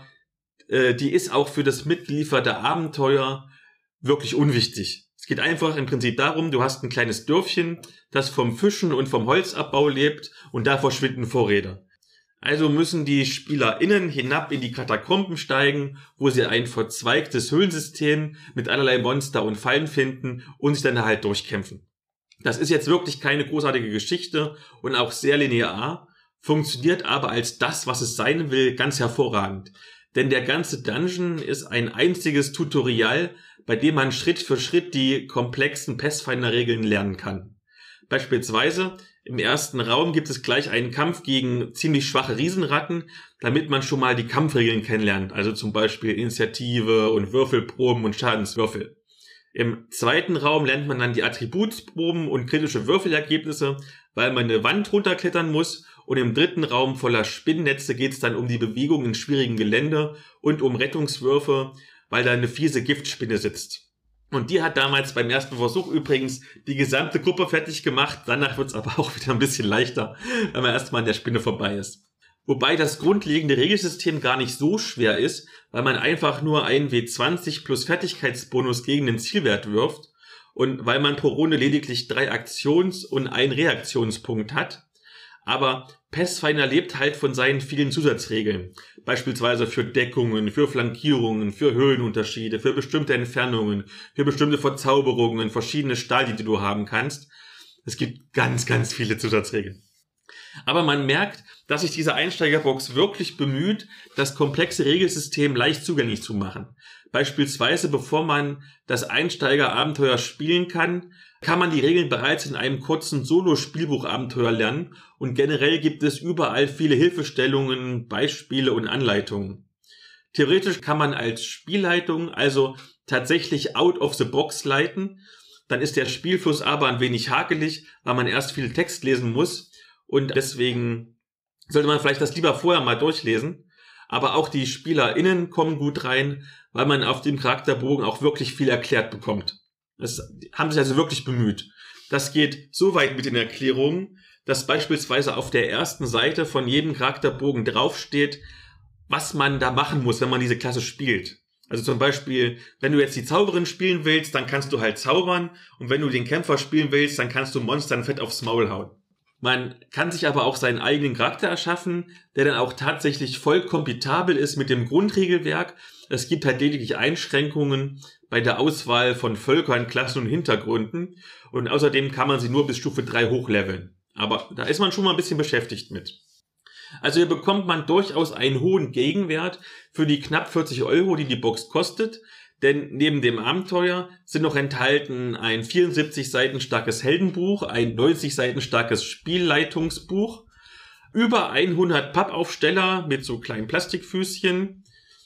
Speaker 1: die ist auch für das mitgelieferte Abenteuer wirklich unwichtig. Es geht einfach im Prinzip darum, du hast ein kleines Dörfchen, das vom Fischen und vom Holzabbau lebt und da verschwinden Vorräte. Also müssen die SpielerInnen hinab in die Katakomben steigen, wo sie ein verzweigtes Höhlensystem mit allerlei Monster und Fallen finden und sich dann halt durchkämpfen. Das ist jetzt wirklich keine großartige Geschichte und auch sehr linear, funktioniert aber als das, was es sein will, ganz hervorragend. Denn der ganze Dungeon ist ein einziges Tutorial, bei dem man Schritt für Schritt die komplexen Pathfinder-Regeln lernen kann. Beispielsweise im ersten Raum gibt es gleich einen Kampf gegen ziemlich schwache Riesenratten, damit man schon mal die Kampfregeln kennenlernt, also zum Beispiel Initiative und Würfelproben und Schadenswürfel. Im 2. Raum lernt man dann die Attributsproben und kritische Würfelergebnisse, weil man eine Wand runterklettern muss. Und im 3. Raum voller Spinnnetze geht es dann um die Bewegung in schwierigem Gelände und um Rettungswürfe, weil da eine fiese Giftspinne sitzt. Und die hat damals beim ersten Versuch übrigens die gesamte Gruppe fertig gemacht. Danach wird es aber auch wieder ein bisschen leichter, wenn man erstmal an der Spinne vorbei ist. Wobei das grundlegende Regelsystem gar nicht so schwer ist, weil man einfach nur einen W20 plus Fertigkeitsbonus gegen den Zielwert wirft und weil man pro Runde lediglich 3 Aktions- und 1 Reaktionspunkt hat. Aber Pathfinder lebt halt von seinen vielen Zusatzregeln. Beispielsweise für Deckungen, für Flankierungen, für Höhenunterschiede, für bestimmte Entfernungen, für bestimmte Verzauberungen, verschiedene Stahl, die du haben kannst. Es gibt ganz, ganz viele Zusatzregeln. Aber man merkt, dass sich diese Einsteigerbox wirklich bemüht, das komplexe Regelsystem leicht zugänglich zu machen. Beispielsweise, bevor man das Einsteigerabenteuer spielen kann, kann man die Regeln bereits in einem kurzen Solo-Spielbuchabenteuer lernen und generell gibt es überall viele Hilfestellungen, Beispiele und Anleitungen. Theoretisch kann man als Spielleitung also tatsächlich out of the box leiten, dann ist der Spielfluss aber ein wenig hakelig, weil man erst viel Text lesen muss. Und deswegen sollte man vielleicht das lieber vorher mal durchlesen. Aber auch die SpielerInnen kommen gut rein, weil man auf dem Charakterbogen auch wirklich viel erklärt bekommt. Das haben sich also wirklich bemüht. Das geht so weit mit den Erklärungen, dass beispielsweise auf der ersten Seite von jedem Charakterbogen draufsteht, was man da machen muss, wenn man diese Klasse spielt. Also zum Beispiel, wenn du jetzt die Zauberin spielen willst, dann kannst du halt zaubern. Und wenn du den Kämpfer spielen willst, dann kannst du Monstern fett aufs Maul hauen. Man kann sich aber auch seinen eigenen Charakter erschaffen, der dann auch tatsächlich voll kompatibel ist mit dem Grundregelwerk. Es gibt halt lediglich Einschränkungen bei der Auswahl von Völkern, Klassen und Hintergründen. Und außerdem kann man sie nur bis Stufe 3 hochleveln. Aber da ist man schon mal ein bisschen beschäftigt mit. Also hier bekommt man durchaus einen hohen Gegenwert für die knapp 40 €, die die Box kostet. Denn neben dem Abenteuer sind noch enthalten ein 74 Seiten starkes Heldenbuch, ein 90 Seiten starkes Spielleitungsbuch, über 100 Pappaufsteller mit so kleinen Plastikfüßchen,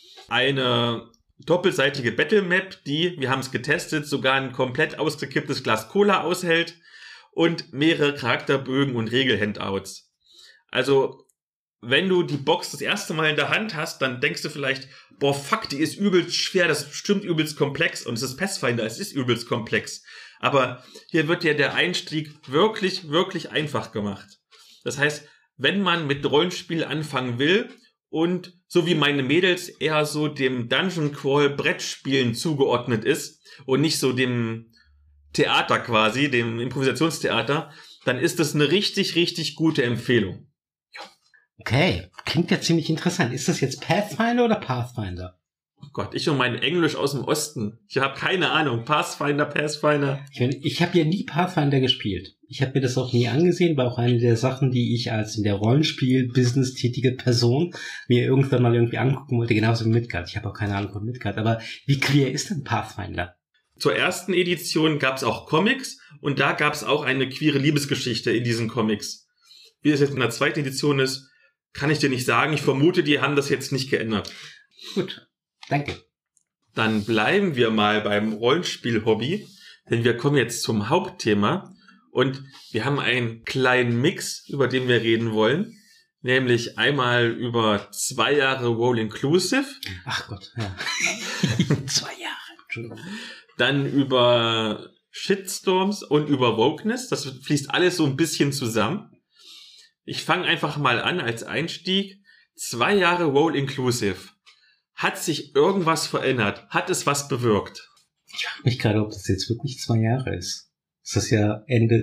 Speaker 1: eine doppelseitige Battlemap, die, wir haben es getestet, sogar ein komplett ausgekipptes Glas Cola aushält und mehrere Charakterbögen und Regelhandouts. Also wenn du die Box das erste Mal in der Hand hast, dann denkst du vielleicht, boah, fuck, die ist übelst schwer, das ist bestimmt übelst komplex und es ist Pathfinder, es ist übelst komplex. Aber hier wird ja der Einstieg wirklich, wirklich einfach gemacht. Das heißt, wenn man mit Rollenspiel anfangen will und so wie meine Mädels eher so dem Dungeon Crawl Brettspielen zugeordnet ist und nicht so dem Theater quasi, dem Improvisationstheater, dann ist das eine richtig, richtig gute Empfehlung.
Speaker 2: Okay, klingt ja ziemlich interessant. Ist das jetzt Pathfinder oder Pathfinder?
Speaker 1: Oh Gott, ich und mein Englisch aus dem Osten. Ich habe keine Ahnung. Pathfinder.
Speaker 2: Ich habe ja nie Pathfinder gespielt. Ich habe mir das auch nie angesehen, war auch eine der Sachen, die ich als in der Rollenspiel-Business tätige Person mir irgendwann mal irgendwie angucken wollte, genauso wie Midgard. Ich habe auch keine Ahnung von Midgard, aber wie queer ist denn Pathfinder?
Speaker 1: Zur ersten Edition gab es auch Comics und da gab es auch eine queere Liebesgeschichte in diesen Comics. Wie es jetzt in der zweiten Edition ist, kann ich dir nicht sagen. Ich vermute, die haben das jetzt nicht geändert.
Speaker 2: Gut, danke.
Speaker 1: Dann bleiben wir mal beim Rollenspiel-Hobby, denn wir kommen jetzt zum Hauptthema und wir haben einen kleinen Mix, über den wir reden wollen, nämlich einmal über 2 Jahre Roll-Inclusive.
Speaker 2: Ach Gott, ja. 2 Jahre, Entschuldigung.
Speaker 1: Dann über Shitstorms und über Wokeness. Das fließt alles so ein bisschen zusammen. Ich fange einfach mal an als Einstieg. 2 Jahre Roll-Inclusive. Hat sich irgendwas verändert? Hat es was bewirkt?
Speaker 2: Ich frage mich gerade, ob das jetzt wirklich 2 Jahre ist. Ist das ja Ende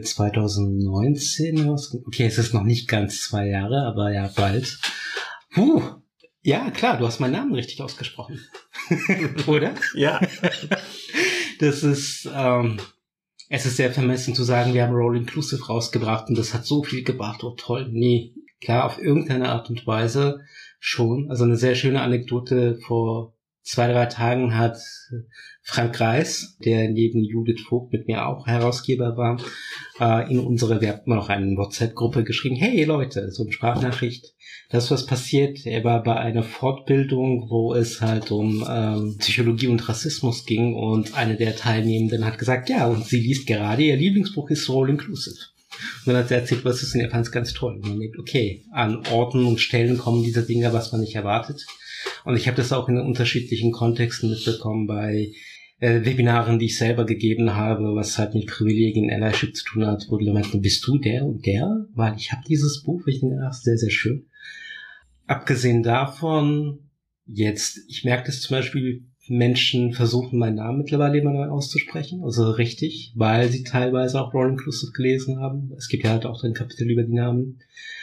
Speaker 2: 2019? Okay, es ist noch nicht ganz 2 Jahre, aber ja, bald. Ja, klar, du hast meinen Namen richtig ausgesprochen. Oder?
Speaker 1: Ja.
Speaker 2: Das ist, es ist sehr vermessen zu sagen, wir haben Roll Inclusive rausgebracht und das hat so viel gebracht. Oh toll. Nee, klar, auf irgendeine Art und Weise schon. Also eine sehr schöne Anekdote. Vor 2, 3 Tagen hat Frank Reis, der neben Judith Vogt mit mir auch Herausgeber war, in unsere, wir hatten noch eine WhatsApp-Gruppe geschrieben, hey Leute, so eine Sprachnachricht, das ist was passiert. Er war bei einer Fortbildung, wo es halt um Psychologie und Rassismus ging und eine der Teilnehmenden hat gesagt, ja, und sie liest gerade, ihr Lieblingsbuch ist Roll Inclusive. Und dann hat sie erzählt, was ist, und er fand es ganz toll. Und man denkt, okay, an Orten und Stellen kommen diese Dinge, was man nicht erwartet. Und ich habe das auch in unterschiedlichen Kontexten mitbekommen bei Webinaren, die ich selber gegeben habe, was halt mit Privilegien in Allyship zu tun hat, wo die meinten, bist du der und der? Weil ich habe dieses Buch, ich denke, ach, sehr, sehr schön. Abgesehen davon, jetzt, ich merke das zum Beispiel, Menschen versuchen, meinen Namen mittlerweile immer neu auszusprechen, also richtig, weil sie teilweise auch Roll Inclusive gelesen haben. Es gibt ja halt auch ein Kapitel über die Namen.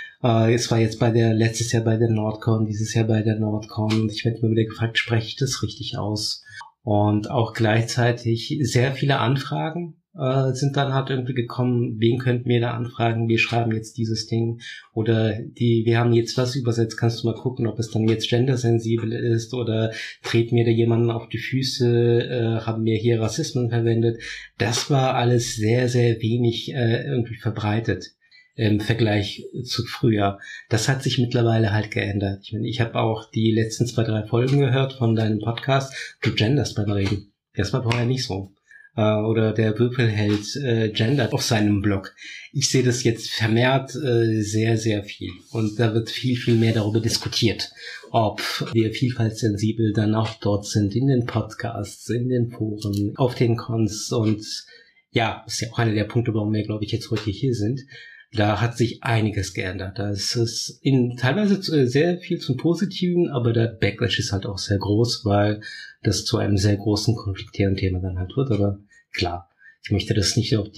Speaker 2: Es war jetzt letztes Jahr bei der Nordcon, dieses Jahr bei der Nordcon, und ich werde mir wieder gefragt, spreche ich das richtig aus? Und auch gleichzeitig sehr viele Anfragen sind dann halt irgendwie gekommen, wen könnten wir da anfragen, wir schreiben jetzt dieses Ding oder wir haben jetzt was übersetzt, kannst du mal gucken, ob es dann jetzt gendersensibel ist oder treten wir da jemanden auf die Füße, haben wir hier Rassismen verwendet. Das war alles sehr, sehr wenig irgendwie verbreitet im Vergleich zu früher. Das hat sich mittlerweile halt geändert. Ich meine, ich habe auch die letzten 2, 3 Folgen gehört von deinem Podcast. Du genderst beim Reden. Das war vorher nicht so. Oder der Würfelheld gendert auf seinem Blog. Ich sehe das jetzt vermehrt sehr, sehr viel. Und da wird viel, viel mehr darüber diskutiert, ob wir vielfaltssensibel dann auch dort sind, in den Podcasts, in den Foren, auf den Cons. Und ja, ist ja auch einer der Punkte, warum wir, glaube ich, jetzt heute hier sind. Da hat sich einiges geändert. Da ist es teilweise sehr viel zum Positiven, aber der Backlash ist halt auch sehr groß, weil das zu einem sehr großen konfliktären Thema dann halt wird. Aber klar, ich möchte das nicht auf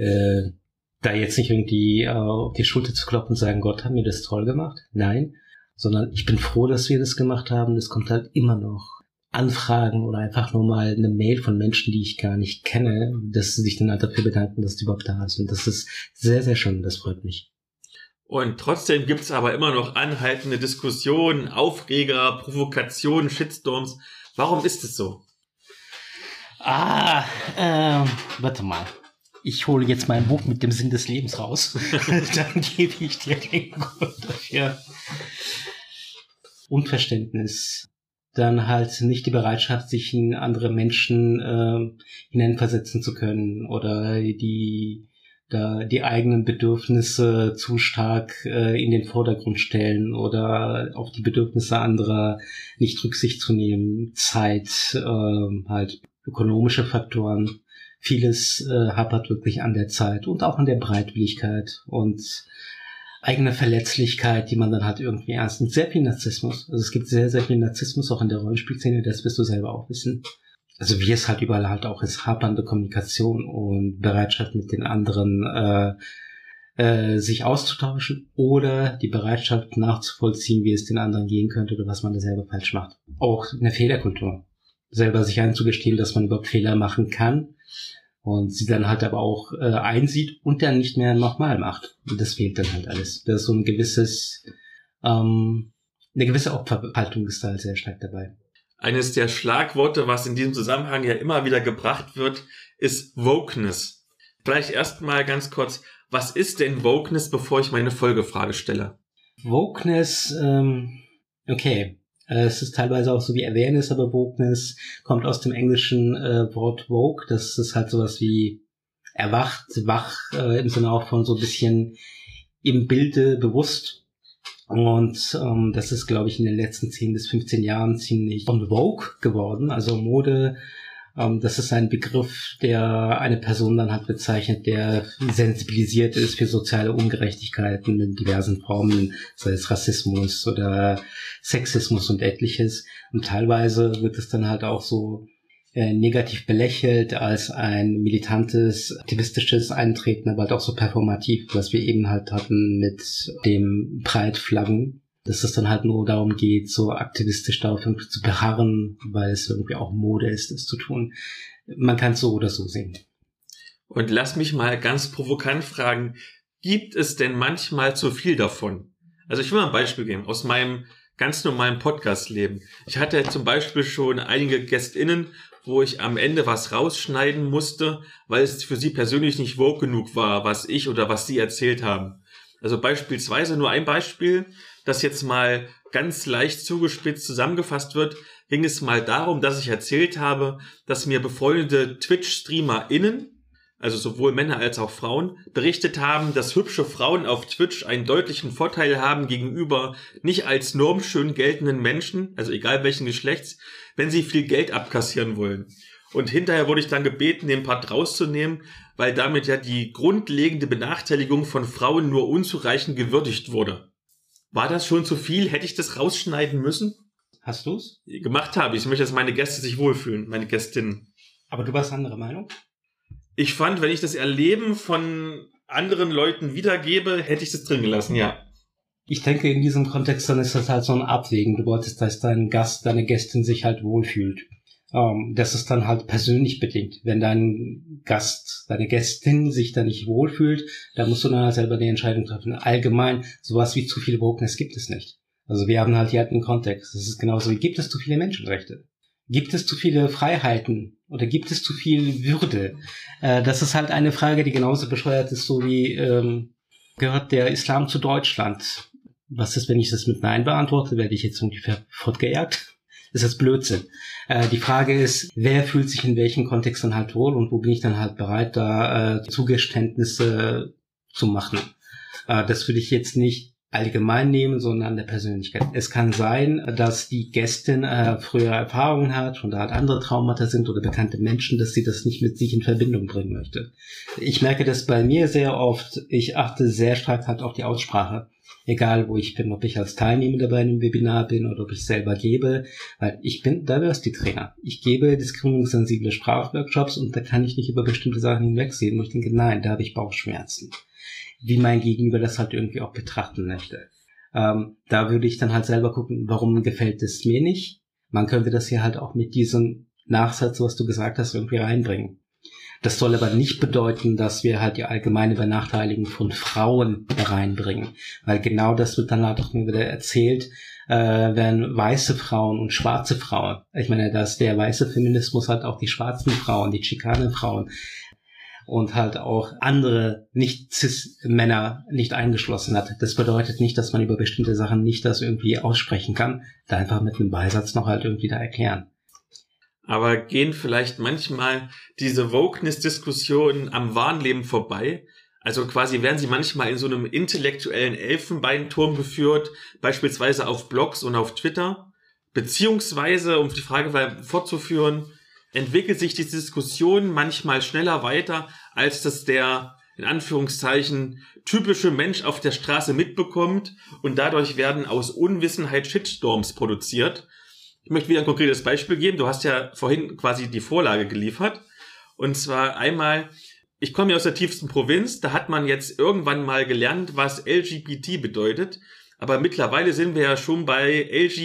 Speaker 2: da jetzt nicht irgendwie auf die Schulter zu kloppen und sagen, Gott, haben wir das toll gemacht? Nein, sondern ich bin froh, dass wir das gemacht haben. Es kommt halt immer noch Anfragen oder einfach nur mal eine Mail von Menschen, die ich gar nicht kenne, dass sie sich dann halt dafür bedanken, dass die überhaupt da sind. Das ist sehr, sehr schön, das freut mich.
Speaker 1: Und trotzdem gibt's aber immer noch anhaltende Diskussionen, Aufreger, Provokationen, Shitstorms. Warum ist es so?
Speaker 2: Warte mal. Ich hole jetzt mein Buch mit dem Sinn des Lebens raus. Dann gebe ich dir den Grund dafür. Unverständnis. Dann halt nicht die Bereitschaft, sich in andere Menschen hineinversetzen zu können oder die eigenen Bedürfnisse zu stark in den Vordergrund stellen oder auf die Bedürfnisse anderer nicht Rücksicht zu nehmen, Zeit, halt ökonomische Faktoren. Vieles hapert wirklich an der Zeit und auch an der Bereitwilligkeit. Und eigene Verletzlichkeit, die man dann halt irgendwie ernst nimmt. Sehr viel Narzissmus. Also es gibt sehr, sehr viel Narzissmus auch in der Rollenspielszene, das wirst du selber auch wissen. Also wie es halt überall halt auch ist, hapernde Kommunikation und Bereitschaft mit den anderen sich auszutauschen oder die Bereitschaft nachzuvollziehen, wie es den anderen gehen könnte oder was man da selber falsch macht. Auch eine Fehlerkultur. Selber sich einzugestehen, dass man überhaupt Fehler machen kann und sie dann halt aber auch einsieht und dann nicht mehr nochmal macht. Und das fehlt dann halt alles. Da ist so ein gewisses, eine gewisse Opferhaltung ist da halt sehr stark dabei.
Speaker 1: Eines der Schlagworte, was in diesem Zusammenhang ja immer wieder gebracht wird, ist Wokeness. Vielleicht erstmal ganz kurz, was ist denn Wokeness, bevor ich meine Folgefrage stelle?
Speaker 2: Wokeness, okay. Es ist teilweise auch so wie Awareness, aber Wokeness kommt aus dem englischen Wort woke. Das ist halt sowas wie erwacht, wach, im Sinne auch von so ein bisschen im Bilde bewusst. Und das ist, glaube ich, in den letzten 10 bis 15 Jahren ziemlich on vogue geworden. Also Mode, das ist ein Begriff, der eine Person dann halt bezeichnet, der sensibilisiert ist für soziale Ungerechtigkeiten in diversen Formen, sei es Rassismus oder Sexismus und etliches. Und teilweise wird es dann halt auch so negativ belächelt als ein militantes, aktivistisches Eintreten, aber halt auch so performativ, was wir eben halt hatten mit dem Pride-Flaggen, dass es dann halt nur darum geht, so aktivistisch darauf irgendwie zu beharren, weil es irgendwie auch Mode ist, das zu tun. Man kann es so oder so sehen.
Speaker 1: Und lass mich mal ganz provokant fragen, gibt es denn manchmal zu viel davon? Also ich will mal ein Beispiel geben aus meinem ganz normalen Podcast-Leben. Ich hatte zum Beispiel schon einige GästInnen, wo ich am Ende was rausschneiden musste, weil es für sie persönlich nicht woke genug war, was ich oder was sie erzählt haben. Also beispielsweise nur ein Beispiel, das jetzt mal ganz leicht zugespitzt zusammengefasst wird, ging es mal darum, dass ich erzählt habe, dass mir befreundete Twitch-StreamerInnen, also sowohl Männer als auch Frauen, berichtet haben, dass hübsche Frauen auf Twitch einen deutlichen Vorteil haben gegenüber nicht als normschön geltenden Menschen, also egal welchen Geschlechts, wenn sie viel Geld abkassieren wollen. Und hinterher wurde ich dann gebeten, den Part rauszunehmen, weil damit ja die grundlegende Benachteiligung von Frauen nur unzureichend gewürdigt wurde. War das schon zu viel? Hätte ich das rausschneiden müssen?
Speaker 2: Hast du's?
Speaker 1: Gemacht habe ich. Ich möchte, dass meine Gäste sich wohlfühlen, meine Gästinnen.
Speaker 2: Aber du warst anderer Meinung?
Speaker 1: Ich fand, wenn ich das Erleben von anderen Leuten wiedergebe, hätte ich das drin gelassen, ja.
Speaker 2: Ich denke, in diesem Kontext dann ist das halt so ein Abwägen. Du wolltest, dass dein Gast, deine Gästin sich halt wohlfühlt. Das ist dann halt persönlich bedingt. Wenn dein Gast, deine Gästin sich da nicht wohlfühlt, dann musst du dann halt selber die Entscheidung treffen. Allgemein, sowas wie zu viel Wokeness gibt es nicht. Also wir haben halt hier halt einen Kontext. Das ist genauso wie, gibt es zu viele Menschenrechte? Gibt es zu viele Freiheiten? Oder gibt es zu viel Würde? Das ist halt eine Frage, die genauso bescheuert ist, so wie, gehört der Islam zu Deutschland? Was ist, wenn ich das mit Nein beantworte? Werde ich jetzt ungefähr fortgejagt? Das ist Blödsinn. Die Frage ist, wer fühlt sich in welchem Kontext dann halt wohl und wo bin ich dann halt bereit, da Zugeständnisse zu machen. Das würde ich jetzt nicht allgemein nehmen, sondern an der Persönlichkeit. Es kann sein, dass die Gästin frühere Erfahrungen hat und da halt andere Traumata sind oder bekannte Menschen, dass sie das nicht mit sich in Verbindung bringen möchte. Ich merke das bei mir sehr oft. Ich achte sehr stark halt auf die Aussprache. Egal, wo ich bin, ob ich als Teilnehmer bei einem Webinar bin oder ob ich selber gebe, weil ich bin Diversity-Trainer. Ich gebe diskriminierungssensible Sprachworkshops und da kann ich nicht über bestimmte Sachen hinwegsehen, wo ich denke, nein, da habe ich Bauchschmerzen. Wie mein Gegenüber das halt irgendwie auch betrachten möchte. Da würde ich dann halt selber gucken, warum gefällt es mir nicht. Man könnte das hier halt auch mit diesem Nachsatz, was du gesagt hast, irgendwie reinbringen. Das soll aber nicht bedeuten, dass wir halt die allgemeine Benachteiligung von Frauen reinbringen. Weil genau das wird dann halt auch mir wieder erzählt, wenn weiße Frauen und schwarze Frauen, ich meine, dass der weiße Feminismus halt auch die schwarzen Frauen, die Schikanen-Frauen und halt auch andere Nicht-Cis-Männer nicht eingeschlossen hat. Das bedeutet nicht, dass man über bestimmte Sachen nicht das irgendwie aussprechen kann, da einfach mit einem Beisatz noch halt irgendwie da erklären.
Speaker 1: Aber gehen vielleicht manchmal diese Wokeness-Diskussionen am wahren Leben vorbei? Also quasi werden sie manchmal in so einem intellektuellen Elfenbeinturm geführt, beispielsweise auf Blogs und auf Twitter. Beziehungsweise, um die Frage fortzuführen, entwickelt sich die Diskussion manchmal schneller weiter, als das der in Anführungszeichen, typische Mensch auf der Straße mitbekommt und dadurch werden aus Unwissenheit Shitstorms produziert. Ich möchte wieder ein konkretes Beispiel geben. Du hast ja vorhin quasi die Vorlage geliefert. Und zwar einmal, ich komme ja aus der tiefsten Provinz, da hat man jetzt irgendwann mal gelernt, was LGBT bedeutet. Aber mittlerweile sind wir ja schon bei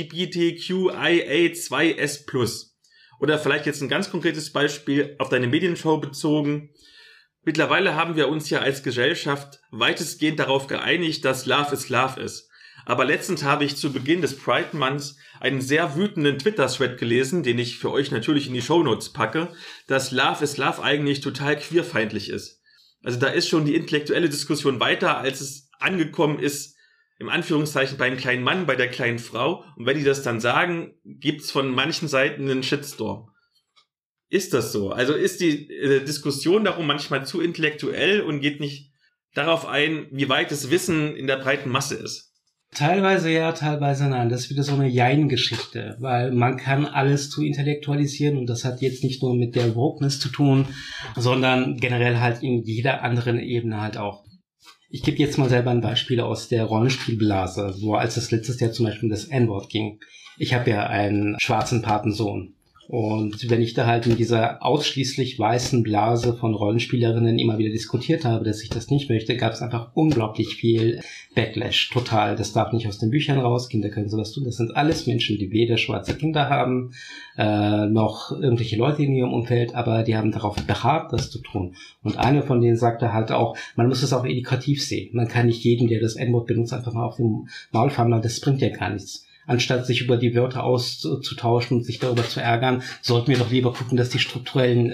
Speaker 1: LGBTQIA2S+. Oder vielleicht jetzt ein ganz konkretes Beispiel auf deine Medienshow bezogen. Mittlerweile haben wir uns ja als Gesellschaft weitestgehend darauf geeinigt, dass Love is Love ist. Aber letztens habe ich zu Beginn des Pride Months einen sehr wütenden Twitter-Thread gelesen, den ich für euch natürlich in die Shownotes packe, dass Love is Love eigentlich total queerfeindlich ist. Also da ist schon die intellektuelle Diskussion weiter, als es angekommen ist, im Anführungszeichen beim kleinen Mann, bei der kleinen Frau. Und wenn die das dann sagen, gibt's von manchen Seiten einen Shitstorm. Ist das so? Also ist die Diskussion darum manchmal zu intellektuell und geht nicht darauf ein, wie weit das Wissen in der breiten Masse ist?
Speaker 2: Teilweise ja, teilweise nein. Das ist wieder so eine Jein-Geschichte, weil man kann alles zu intellektualisieren und das hat jetzt nicht nur mit der Wokeness zu tun, sondern generell halt in jeder anderen Ebene halt auch. Ich gebe jetzt mal selber ein Beispiel aus der Rollenspielblase, wo als es letztes Jahr zum Beispiel um das N-Wort ging. Ich habe ja einen schwarzen Patensohn. Und wenn ich da halt in dieser ausschließlich weißen Blase von Rollenspielerinnen immer wieder diskutiert habe, dass ich das nicht möchte, gab es einfach unglaublich viel Backlash. Total. Das darf nicht aus den Büchern raus. Kinder können sowas tun. Das sind alles Menschen, die weder schwarze Kinder haben, noch irgendwelche Leute in ihrem Umfeld, aber die haben darauf beharrt, das zu tun. Und einer von denen sagte halt auch, man muss es auch edukativ sehen. Man kann nicht jedem, der das N-Wort benutzt, einfach mal auf den Maul fahren, weil das bringt ja gar nichts. Anstatt sich über die Wörter auszutauschen und sich darüber zu ärgern, sollten wir doch lieber gucken, dass die strukturellen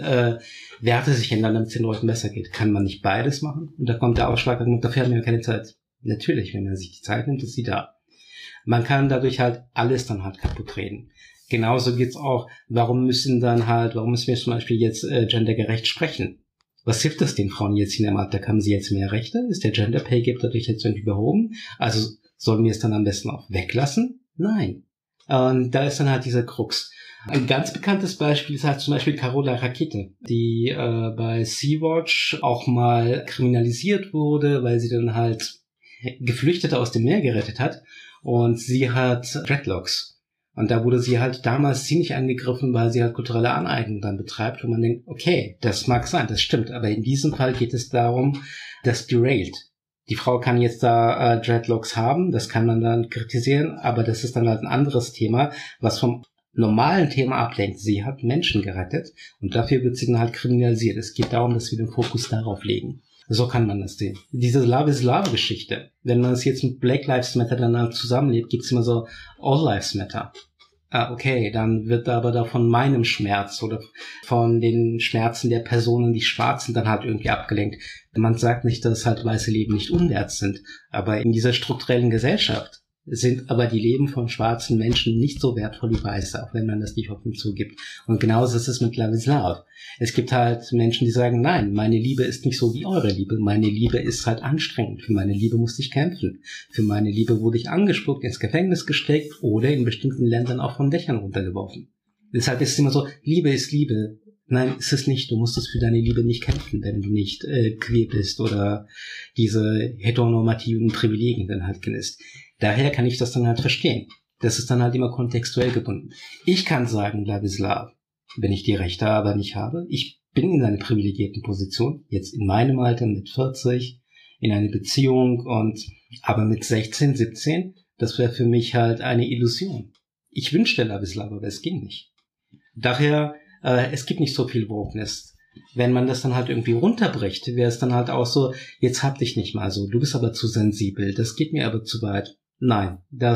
Speaker 2: Werte sich ändern, damit es den Leuten besser geht. Kann man nicht beides machen? Und da kommt der Ausschlag, dafür haben wir keine Zeit. Natürlich, wenn man sich die Zeit nimmt, ist sie da. Man kann dadurch halt alles dann halt kaputt reden. Genauso geht's auch, warum müssen wir zum Beispiel jetzt gendergerecht sprechen? Was hilft das den Frauen jetzt in der Alltag? Haben sie jetzt mehr Rechte? Ist der Gender Pay Gap dadurch jetzt irgendwie behoben? Also sollen wir es dann am besten auch weglassen? Nein. Und da ist dann halt dieser Krux. Ein ganz bekanntes Beispiel ist halt zum Beispiel Carola Rackete, die bei Sea-Watch auch mal kriminalisiert wurde, weil sie dann halt Geflüchtete aus dem Meer gerettet hat. Und sie hat Dreadlocks. Und da wurde sie halt damals ziemlich angegriffen, weil sie halt kulturelle Aneignung dann betreibt. Und man denkt, okay, das mag sein, das stimmt. Aber in diesem Fall geht es darum, das derailt. Die Frau kann jetzt da Dreadlocks haben, das kann man dann kritisieren, aber das ist dann halt ein anderes Thema, was vom normalen Thema ablenkt. Sie hat Menschen gerettet und dafür wird sie dann halt kriminalisiert. Es geht darum, dass wir den Fokus darauf legen. So kann man das sehen. Diese Love is Love Geschichte, wenn man es jetzt mit Black Lives Matter dann zusammenlebt, gibt's immer so All Lives Matter. Okay, dann wird aber da von meinem Schmerz oder von den Schmerzen der Personen, die schwarz sind, dann halt irgendwie abgelenkt. Man sagt nicht, dass halt weiße Leben nicht unwert sind, aber in dieser strukturellen Gesellschaft sind aber die Leben von schwarzen Menschen nicht so wertvoll wie weiße, auch wenn man das nicht offen zugibt. Und genauso ist es mit Love is Love. Es gibt halt Menschen, die sagen, nein, meine Liebe ist nicht so wie eure Liebe. Meine Liebe ist halt anstrengend. Für meine Liebe musste ich kämpfen. Für meine Liebe wurde ich angespuckt, ins Gefängnis gesteckt oder in bestimmten Ländern auch von Dächern runtergeworfen. Deshalb ist es immer so, Liebe ist Liebe. Nein, ist es nicht. Du musstest für deine Liebe nicht kämpfen, wenn du nicht queer bist oder diese heteronormativen Privilegien dann halt genießt. Daher kann ich das dann halt verstehen. Das ist dann halt immer kontextuell gebunden. Ich kann sagen, Love is Love, wenn ich die Rechte aber nicht habe. Ich bin in einer privilegierten Position, jetzt in meinem Alter mit 40, in einer Beziehung aber mit 16, 17, das wäre für mich halt eine Illusion. Ich wünschte Love is Love, aber es ging nicht. Daher, es gibt nicht so viel Wokeness. Wenn man das dann halt irgendwie runterbricht, wäre es dann halt auch so, jetzt hab dich nicht mal so, du bist aber zu sensibel, das geht mir aber zu weit. Nein,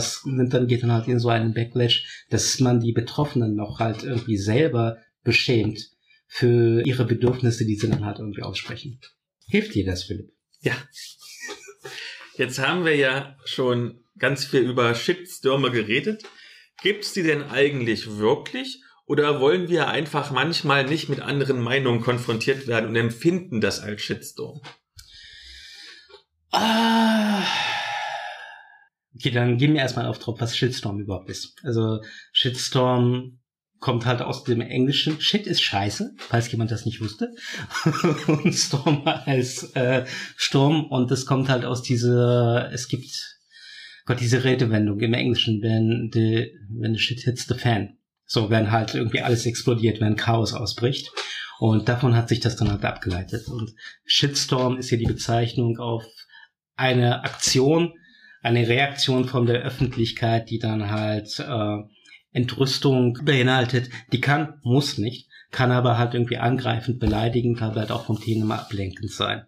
Speaker 2: geht dann halt in so einen Backlash, dass man die Betroffenen noch halt irgendwie selber beschämt für ihre Bedürfnisse, die sie dann halt irgendwie aussprechen. Hilft dir das, Philipp?
Speaker 1: Ja. Jetzt haben wir ja schon ganz viel über Shitstürme geredet. Gibt's die denn eigentlich wirklich? Oder wollen wir einfach manchmal nicht mit anderen Meinungen konfrontiert werden und empfinden das als Shitstorm?
Speaker 2: Okay, dann gehen wir erstmal auf drauf, was Shitstorm überhaupt ist. Also Shitstorm kommt halt aus dem Englischen. Shit ist scheiße, falls jemand das nicht wusste. Und Storm als Sturm. Und das kommt halt aus es gibt diese Redewendung im Englischen, wenn the shit hits the fan. So, wenn halt irgendwie alles explodiert, wenn Chaos ausbricht. Und davon hat sich das dann halt abgeleitet. Und Shitstorm ist hier die Bezeichnung auf eine Aktion, eine Reaktion von der Öffentlichkeit, die dann halt Entrüstung beinhaltet. Die muss nicht, kann aber halt irgendwie angreifend, beleidigend, kann halt auch vom Thema ablenkend sein.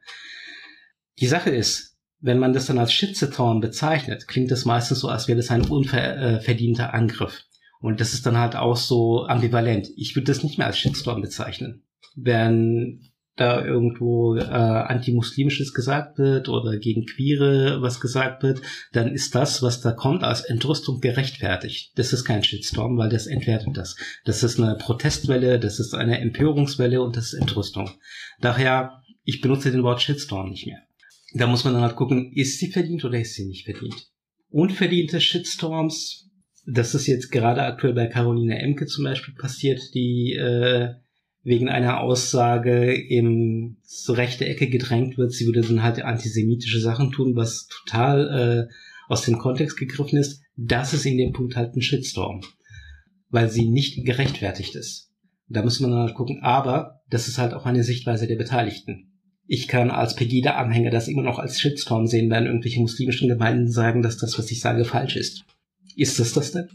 Speaker 2: Die Sache ist, wenn man das dann als Shitstorm bezeichnet, klingt das meistens so, als wäre das ein unverdienter Angriff. Und das ist dann halt auch so ambivalent. Ich würde das nicht mehr als Shitstorm bezeichnen. Wenn da irgendwo Antimuslimisches gesagt wird oder gegen Queere was gesagt wird, dann ist das, was da kommt, als Entrüstung gerechtfertigt. Das ist kein Shitstorm, weil das entwertet das. Das ist eine Protestwelle, das ist eine Empörungswelle und das ist Entrüstung. Daher, ich benutze den Wort Shitstorm nicht mehr. Da muss man dann halt gucken, ist sie verdient oder ist sie nicht verdient. Unverdiente Shitstorms, das ist jetzt gerade aktuell bei Caroline Emke zum Beispiel passiert, die wegen einer Aussage in so rechte Ecke gedrängt wird, sie würde dann halt antisemitische Sachen tun, was total aus dem Kontext gegriffen ist. Das ist in dem Punkt halt ein Shitstorm, weil sie nicht gerechtfertigt ist. Da muss man dann halt gucken, aber das ist halt auch eine Sichtweise der Beteiligten. Ich kann als Pegida-Anhänger das immer noch als Shitstorm sehen, wenn irgendwelche muslimischen Gemeinden sagen, dass das, was ich sage, falsch ist. Ist das denn?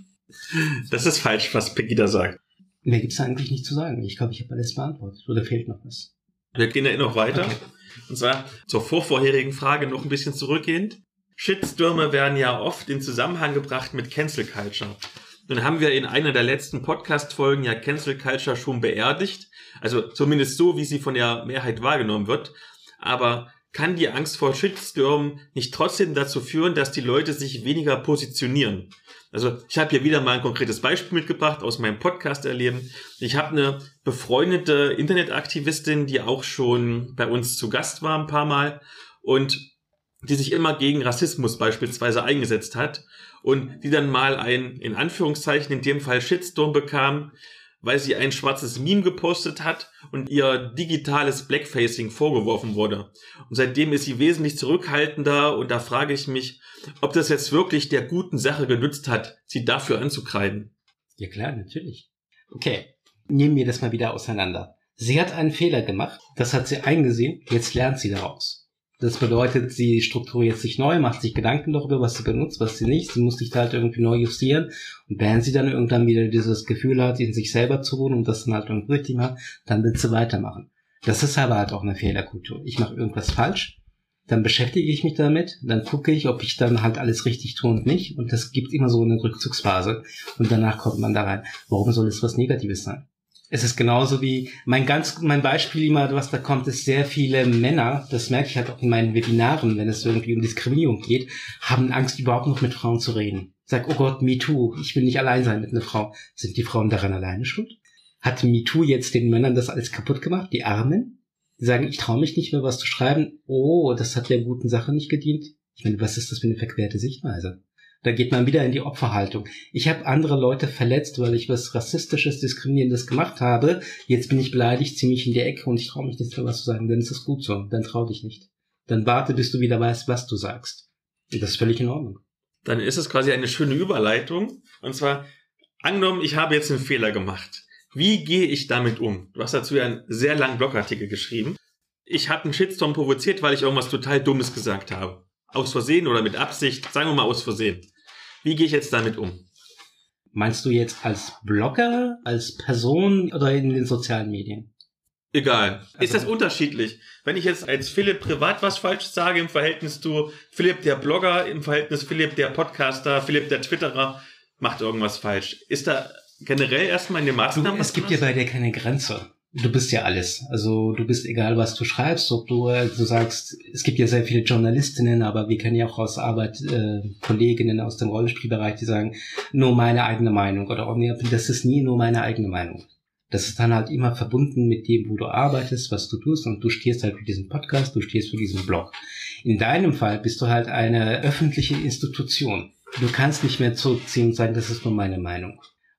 Speaker 1: Das ist falsch, was Pegida sagt.
Speaker 2: Mehr gibt's da eigentlich nicht zu sagen. Ich glaube, ich habe alles beantwortet. Oder fehlt noch was?
Speaker 1: Wir gehen ja noch weiter.
Speaker 2: Okay.
Speaker 1: Und zwar zur vorvorherigen Frage noch ein bisschen zurückgehend. Shitstürme werden ja oft in Zusammenhang gebracht mit Cancel Culture. Nun haben wir in einer der letzten Podcast-Folgen ja Cancel Culture schon beerdigt. Also zumindest so, wie sie von der Mehrheit wahrgenommen wird. Aber kann die Angst vor Shitstürmen nicht trotzdem dazu führen, dass die Leute sich weniger positionieren? Also ich habe hier wieder mal ein konkretes Beispiel mitgebracht aus meinem Podcast-Erleben. Ich habe eine befreundete Internetaktivistin, die auch schon bei uns zu Gast war ein paar Mal und die sich immer gegen Rassismus beispielsweise eingesetzt hat und die dann mal ein, in Anführungszeichen, in dem Fall Shitstorm bekam, weil sie ein schwarzes Meme gepostet hat und ihr digitales Blackfacing vorgeworfen wurde. Und seitdem ist sie wesentlich zurückhaltender und da frage ich mich, ob das jetzt wirklich der guten Sache genützt hat, sie dafür anzukreiden.
Speaker 2: Ja klar, natürlich. Okay, nehmen wir das mal wieder auseinander. Sie hat einen Fehler gemacht, das hat sie eingesehen, jetzt lernt sie daraus. Das bedeutet, sie strukturiert sich neu, macht sich Gedanken darüber, was sie benutzt, was sie nicht. Sie muss sich da halt irgendwie neu justieren. Und wenn sie dann irgendwann wieder dieses Gefühl hat, in sich selber zu ruhen und das dann halt irgendwie richtig macht, dann wird sie weitermachen. Das ist aber halt auch eine Fehlerkultur. Ich mache irgendwas falsch, dann beschäftige ich mich damit, dann gucke ich, ob ich dann halt alles richtig tue und nicht. Und das gibt immer so eine Rückzugsphase. Und danach kommt man da rein. Warum soll es was Negatives sein? Es ist genauso wie, mein Beispiel immer, was da kommt, ist sehr viele Männer, das merke ich halt auch in meinen Webinaren, wenn es irgendwie um Diskriminierung geht, haben Angst, überhaupt noch mit Frauen zu reden. Sag, oh Gott, MeToo, ich will nicht allein sein mit einer Frau. Sind die Frauen daran alleine schuld? Hat MeToo jetzt den Männern das alles kaputt gemacht, die Armen? Die sagen, ich traue mich nicht mehr, was zu schreiben. Oh, das hat der guten Sache nicht gedient. Ich meine, was ist das für eine verquerte Sichtweise? Da geht man wieder in die Opferhaltung. Ich habe andere Leute verletzt, weil ich was Rassistisches, Diskriminierendes gemacht habe. Jetzt bin ich beleidigt, ziehe mich in die Ecke und ich traue mich nicht mehr was zu sagen. Dann ist das gut so. Dann trau dich nicht. Dann warte, bis du wieder weißt, was du sagst. Und das ist völlig in Ordnung.
Speaker 1: Dann ist es quasi eine schöne Überleitung. Und zwar, angenommen, ich habe jetzt einen Fehler gemacht. Wie gehe ich damit um? Du hast dazu ja einen sehr langen Blogartikel geschrieben. Ich habe einen Shitstorm provoziert, weil ich irgendwas total Dummes gesagt habe. Aus Versehen oder mit Absicht, sagen wir mal aus Versehen. Wie gehe ich jetzt damit um?
Speaker 2: Meinst du jetzt als Blogger, als Person oder in den sozialen Medien?
Speaker 1: Egal. Ist das unterschiedlich? Wenn ich jetzt als Philipp privat was Falsches sage im Verhältnis zu Philipp der Blogger, im Verhältnis Philipp der Podcaster, Philipp der Twitterer, macht irgendwas falsch. Ist da generell erstmal in den Maßnahmen
Speaker 2: es gibt ja bei dir keine Grenze. Du bist ja alles. Also du bist egal, was du schreibst, ob du sagst, es gibt ja sehr viele Journalistinnen, aber wir kennen ja auch aus Arbeit Kolleginnen aus dem Rollenspielbereich, die sagen, nur meine eigene Meinung. Oder oh, nee, das ist nie nur meine eigene Meinung. Das ist dann halt immer verbunden mit dem, wo du arbeitest, was du tust und du stehst halt für diesen Podcast, du stehst für diesen Blog. In deinem Fall bist du halt eine öffentliche Institution. Du kannst nicht mehr zurückziehen und sagen, das ist nur meine Meinung.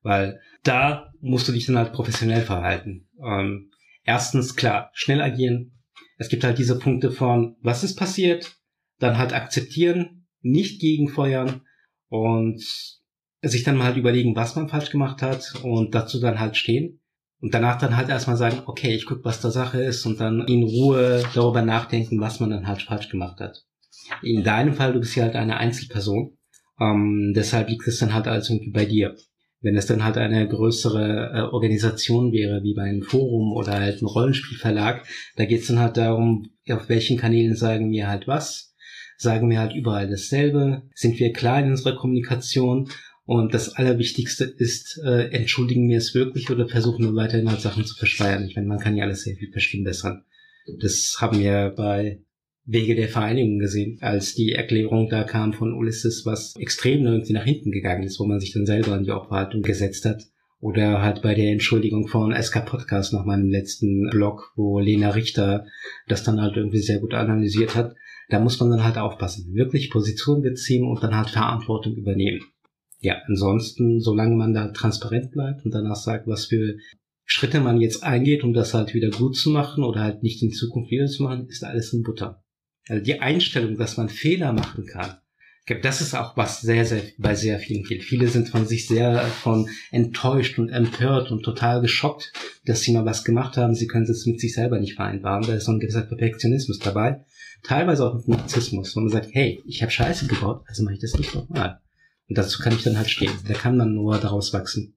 Speaker 2: Weil da musst du dich dann halt professionell verhalten. Erstens, klar, schnell agieren. Es gibt halt diese Punkte von, was ist passiert? Dann halt akzeptieren, nicht gegenfeuern und sich dann mal halt überlegen, was man falsch gemacht hat und dazu dann halt stehen. Und danach dann halt erstmal sagen, okay, ich gucke, was da Sache ist und dann in Ruhe darüber nachdenken, was man dann halt falsch gemacht hat. In deinem Fall, du bist ja halt eine Einzelperson. Deshalb liegt es dann halt alles irgendwie bei dir. Wenn es dann halt eine größere Organisation wäre, wie bei einem Forum oder halt ein Rollenspielverlag, da geht es dann halt darum, auf welchen Kanälen sagen wir halt was, sagen wir halt überall dasselbe, sind wir klar in unserer Kommunikation und das Allerwichtigste ist, entschuldigen wir es wirklich oder versuchen wir weiterhin halt Sachen zu verschleiern. Ich meine, man kann ja alles sehr viel verschlimmbessern. Das haben wir bei Wege der Vereinigung gesehen, als die Erklärung da kam von Ulysses, was extrem irgendwie nach hinten gegangen ist, wo man sich dann selber in die Opferhaltung gesetzt hat. Oder halt bei der Entschuldigung von SK Podcast nach meinem letzten Blog, wo Lena Richter das dann halt irgendwie sehr gut analysiert hat. Da muss man dann halt aufpassen. Wirklich Position beziehen und dann halt Verantwortung übernehmen. Ja, ansonsten, solange man da transparent bleibt und danach sagt, was für Schritte man jetzt eingeht, um das halt wieder gut zu machen oder halt nicht in Zukunft wieder zu machen, ist alles in Butter. Also die Einstellung, dass man Fehler machen kann, ich glaube, das ist auch was bei sehr vielen gilt. Viele sind von sich sehr von enttäuscht und empört und total geschockt, dass sie mal was gemacht haben. Sie können es mit sich selber nicht vereinbaren. Da ist so ein gewisser Perfektionismus dabei. Teilweise auch mit Narzissmus, wo man sagt, hey, ich habe Scheiße gebaut, also mache ich das nicht nochmal. Und dazu kann ich dann halt stehen. Da kann man nur daraus wachsen.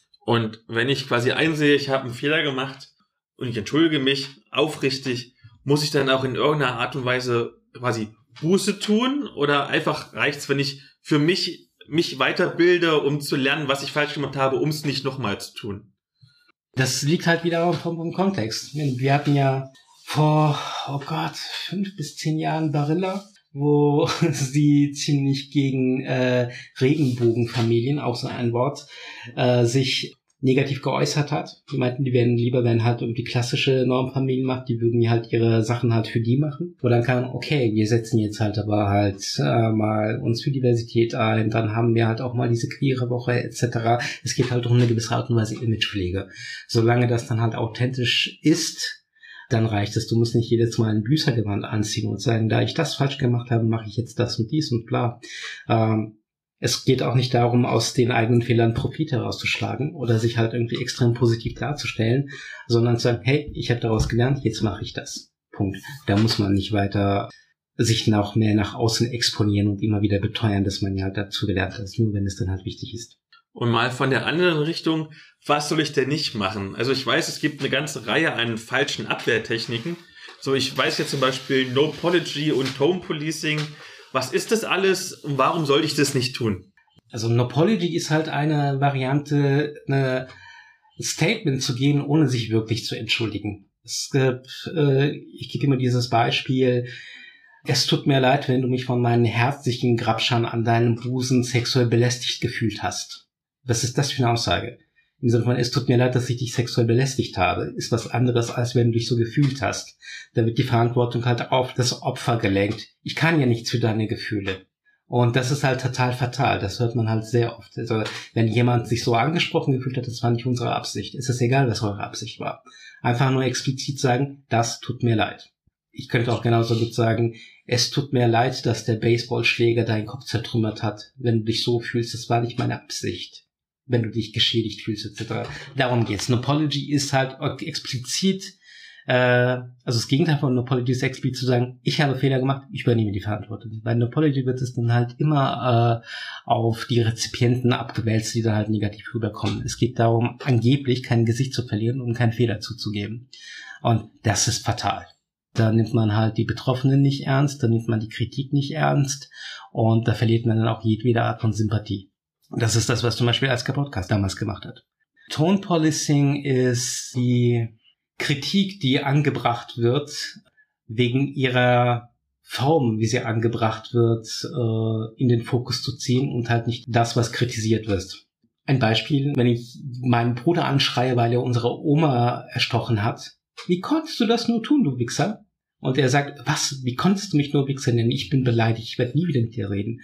Speaker 1: Und wenn ich quasi einsehe, ich habe einen Fehler gemacht und ich entschuldige mich aufrichtig, muss ich dann auch in irgendeiner Art und Weise quasi Buße tun? Oder einfach reicht's, wenn ich für mich weiterbilde, um zu lernen, was ich falsch gemacht habe, um es nicht nochmal zu tun?
Speaker 2: Das liegt halt wieder vom Kontext. Wir hatten ja vor, 5 bis 10 Jahren Barilla, wo sie ziemlich gegen Regenbogenfamilien, auch so ein Wort, sich negativ geäußert hat. Die meinten, die werden lieber, wenn halt irgendwie klassische Normfamilien macht, die würden halt ihre Sachen halt für die machen. Wo dann kam, okay, wir setzen jetzt halt aber halt mal uns für Diversität ein, dann haben wir halt auch mal diese queere Woche etc. Es geht halt um eine gewisse Art und Weise Imagepflege. Solange das dann halt authentisch ist, dann reicht es. Du musst nicht jedes Mal ein Büßergewand anziehen und sagen, da ich das falsch gemacht habe, mache ich jetzt das und dies und bla. Es geht auch nicht darum, aus den eigenen Fehlern Profit herauszuschlagen oder sich halt irgendwie extrem positiv darzustellen, sondern zu sagen, hey, ich habe daraus gelernt, jetzt mache ich das. Punkt. Da muss man nicht weiter sich noch mehr nach außen exponieren und immer wieder beteuern, dass man ja halt dazu gelernt hat, nur wenn es dann halt wichtig ist.
Speaker 1: Und mal von der anderen Richtung, was soll ich denn nicht machen? Also ich weiß, es gibt eine ganze Reihe an falschen Abwehrtechniken. So, ich weiß jetzt zum Beispiel No-Pology und Tone Policing. Was ist das alles und warum sollte ich das nicht tun?
Speaker 2: Also No-Pology ist halt eine Variante, ein Statement zu geben, ohne sich wirklich zu entschuldigen. Ich gebe immer dieses Beispiel, es tut mir leid, wenn du mich von meinen herzlichen Grabschern an deinem Busen sexuell belästigt gefühlt hast. Was ist das für eine Aussage? Im Sinne von, es tut mir leid, dass ich dich sexuell belästigt habe, ist was anderes, als wenn du dich so gefühlt hast. Da wird die Verantwortung halt auf das Opfer gelenkt. Ich kann ja nichts für deine Gefühle. Und das ist halt total fatal. Das hört man halt sehr oft. Also, wenn jemand sich so angesprochen gefühlt hat, das war nicht unsere Absicht. Es ist egal, was eure Absicht war. Einfach nur explizit sagen, das tut mir leid. Ich könnte auch genauso gut sagen, es tut mir leid, dass der Baseballschläger deinen Kopf zertrümmert hat. Wenn du dich so fühlst, das war nicht meine Absicht. Wenn du dich geschädigt fühlst, etc. Darum geht's. No-Pology ist halt explizit, also das Gegenteil von No-Pology ist explizit zu sagen, ich habe Fehler gemacht, ich übernehme die Verantwortung. Bei No-Pology wird es dann halt immer auf die Rezipienten abgewälzt, die da halt negativ rüberkommen. Es geht darum, angeblich kein Gesicht zu verlieren und keinen Fehler zuzugeben. Und das ist fatal. Da nimmt man halt die Betroffenen nicht ernst, da nimmt man die Kritik nicht ernst und da verliert man dann auch jedwede Art von Sympathie. Das ist das, was zum Beispiel SK Podcast damals gemacht hat. Tone Policing ist die Kritik, die angebracht wird, wegen ihrer Form, wie sie angebracht wird, in den Fokus zu ziehen und halt nicht das, was kritisiert wird. Ein Beispiel, wenn ich meinen Bruder anschreie, weil er unsere Oma erstochen hat. Wie konntest du das nur tun, du Wichser? Und er sagt, was, wie konntest du mich nur Wichser nennen? Ich bin beleidigt, ich werde nie wieder mit dir reden.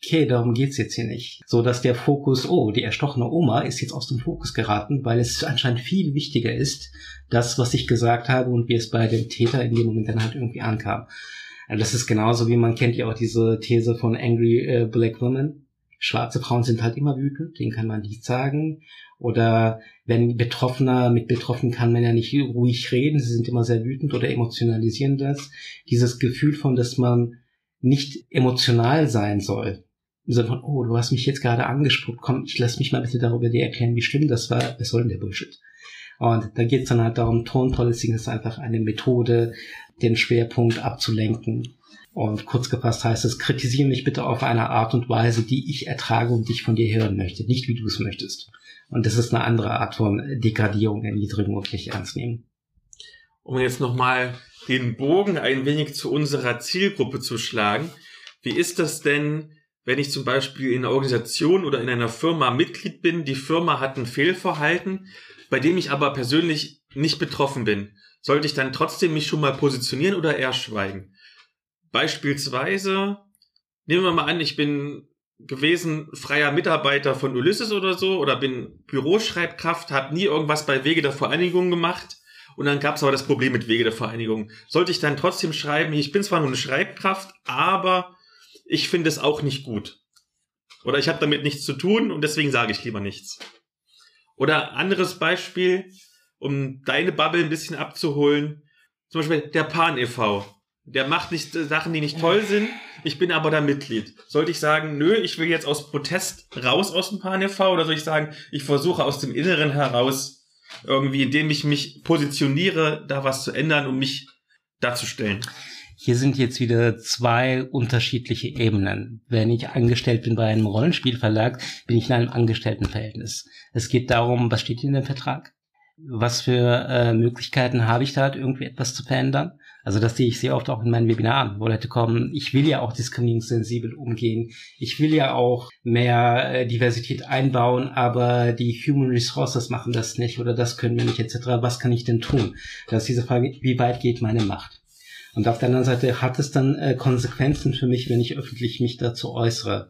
Speaker 2: okay, darum geht's jetzt hier nicht. So, dass der Fokus, die erstochene Oma ist jetzt aus dem Fokus geraten, weil es anscheinend viel wichtiger ist, das, was ich gesagt habe und wie es bei dem Täter in dem Moment dann halt irgendwie ankam. Also das ist genauso wie man kennt ja auch diese These von Angry Black Women. Schwarze Frauen sind halt immer wütend, denen kann man nichts sagen. Oder wenn Betroffener, mit Betroffenen kann man ja nicht ruhig reden, sie sind immer sehr wütend oder emotionalisieren das. Dieses Gefühl von, dass man nicht emotional sein soll. Im Sinne von, du hast mich jetzt gerade angespuckt, komm, ich lass mich mal bitte darüber dir erklären, wie schlimm das war, was soll denn der Bullshit? Und da geht es dann halt darum, Tone Policing ist einfach eine Methode, den Schwerpunkt abzulenken. Und kurz gefasst heißt es, kritisiere mich bitte auf eine Art und Weise, die ich ertrage und dich von dir hören möchte, nicht wie du es möchtest. Und das ist eine andere Art von Degradierung, erniedrigen und nicht ernst nehmen.
Speaker 1: Um jetzt nochmal den Bogen ein wenig zu unserer Zielgruppe zu schlagen. Wie ist das denn, wenn ich zum Beispiel in einer Organisation oder in einer Firma Mitglied bin, die Firma hat ein Fehlverhalten, bei dem ich aber persönlich nicht betroffen bin? Sollte ich dann trotzdem mich schon mal positionieren oder eher schweigen? Beispielsweise, nehmen wir mal an, ich bin gewesen freier Mitarbeiter von Ulysses oder so oder bin Büroschreibkraft, habe nie irgendwas bei Wege der Vereinigung gemacht und dann gab es aber das Problem mit Wege der Vereinigung. Sollte ich dann trotzdem schreiben, ich bin zwar nur eine Schreibkraft, aber ich finde es auch nicht gut. Oder ich habe damit nichts zu tun und deswegen sage ich lieber nichts. Oder anderes Beispiel, um deine Bubble ein bisschen abzuholen, zum Beispiel der Pan e.V., der macht nicht Sachen, die nicht toll sind. Ich bin aber da Mitglied. Sollte ich sagen, nö, ich will jetzt aus Protest raus aus dem Pan e.V. oder soll ich sagen, ich versuche aus dem Inneren heraus irgendwie, indem ich mich positioniere, da was zu ändern, um mich darzustellen?
Speaker 2: Hier sind jetzt wieder zwei unterschiedliche Ebenen. Wenn ich angestellt bin bei einem Rollenspielverlag, bin ich in einem Angestelltenverhältnis. Es geht darum, was steht in dem Vertrag? Was für Möglichkeiten habe ich da, irgendwie etwas zu verändern? Also das sehe ich sehr oft auch in meinen Webinaren, wo Leute kommen, ich will ja auch diskriminierungssensibel umgehen, ich will ja auch mehr Diversität einbauen, aber die Human Resources machen das nicht oder das können wir nicht etc. Was kann ich denn tun? Da ist diese Frage, wie weit geht meine Macht? Und auf der anderen Seite hat es dann Konsequenzen für mich, wenn ich öffentlich mich dazu äußere.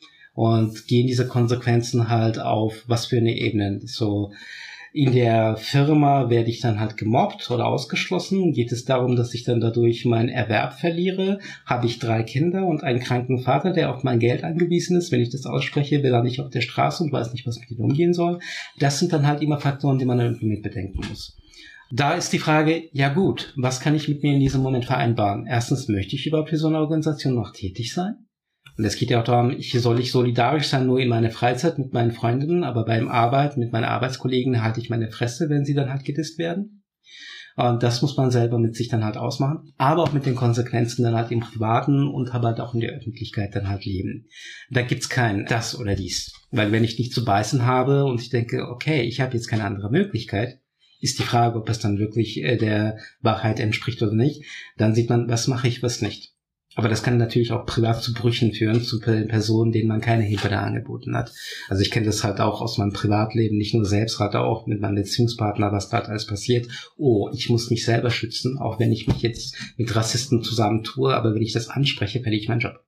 Speaker 2: Und gehen diese Konsequenzen halt auf was für eine Ebene? So, in der Firma werde ich dann halt gemobbt oder ausgeschlossen. Geht es darum, dass ich dann dadurch meinen Erwerb verliere? Habe ich 3 Kinder und einen kranken Vater, der auf mein Geld angewiesen ist? Wenn ich das ausspreche, will er nicht auf der Straße und weiß nicht, was mit ihm umgehen soll. Das sind dann halt immer Faktoren, die man irgendwie mit bedenken muss. Da ist die Frage, ja gut, was kann ich mit mir in diesem Moment vereinbaren? Erstens, möchte ich überhaupt für so eine Organisation noch tätig sein? Und es geht ja auch darum, soll ich solidarisch sein nur in meiner Freizeit mit meinen Freundinnen, aber beim Arbeit mit meinen Arbeitskollegen halte ich meine Fresse, wenn sie dann halt gedisst werden. Und das muss man selber mit sich dann halt ausmachen, aber auch mit den Konsequenzen dann halt im Privaten und aber halt auch in der Öffentlichkeit dann halt leben. Da gibt's kein das oder dies. Weil wenn ich nicht zu beißen habe und ich denke, okay, ich habe jetzt keine andere Möglichkeit, ist die Frage, ob es dann wirklich der Wahrheit entspricht oder nicht. Dann sieht man, was mache ich, was nicht. Aber das kann natürlich auch privat zu Brüchen führen, zu Personen, denen man keine Hilfe da angeboten hat. Also ich kenne das halt auch aus meinem Privatleben, nicht nur selbst, halt auch mit meinem Beziehungspartner, was da alles passiert. Oh, ich muss mich selber schützen, auch wenn ich mich jetzt mit Rassisten zusammentue, aber wenn ich das anspreche, verliere ich meinen Job.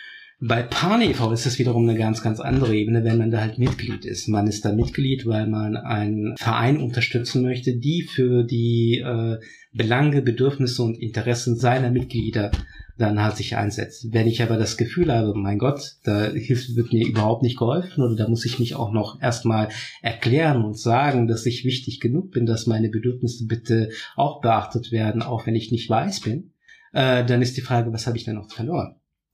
Speaker 2: Bei Pan e.V. ist es wiederum eine ganz, ganz andere Ebene, wenn man da halt Mitglied ist. Man ist da Mitglied, weil man einen Verein unterstützen möchte, die für die Belange, Bedürfnisse und Interessen seiner Mitglieder dann halt sich einsetzt. Wenn ich aber das Gefühl habe, mein Gott, wird mir überhaupt nicht geholfen oder da muss ich mich auch noch erstmal erklären und sagen, dass ich wichtig genug bin, dass meine Bedürfnisse bitte auch beachtet werden, auch wenn ich nicht weiß bin, dann ist die Frage, was habe ich denn noch verloren?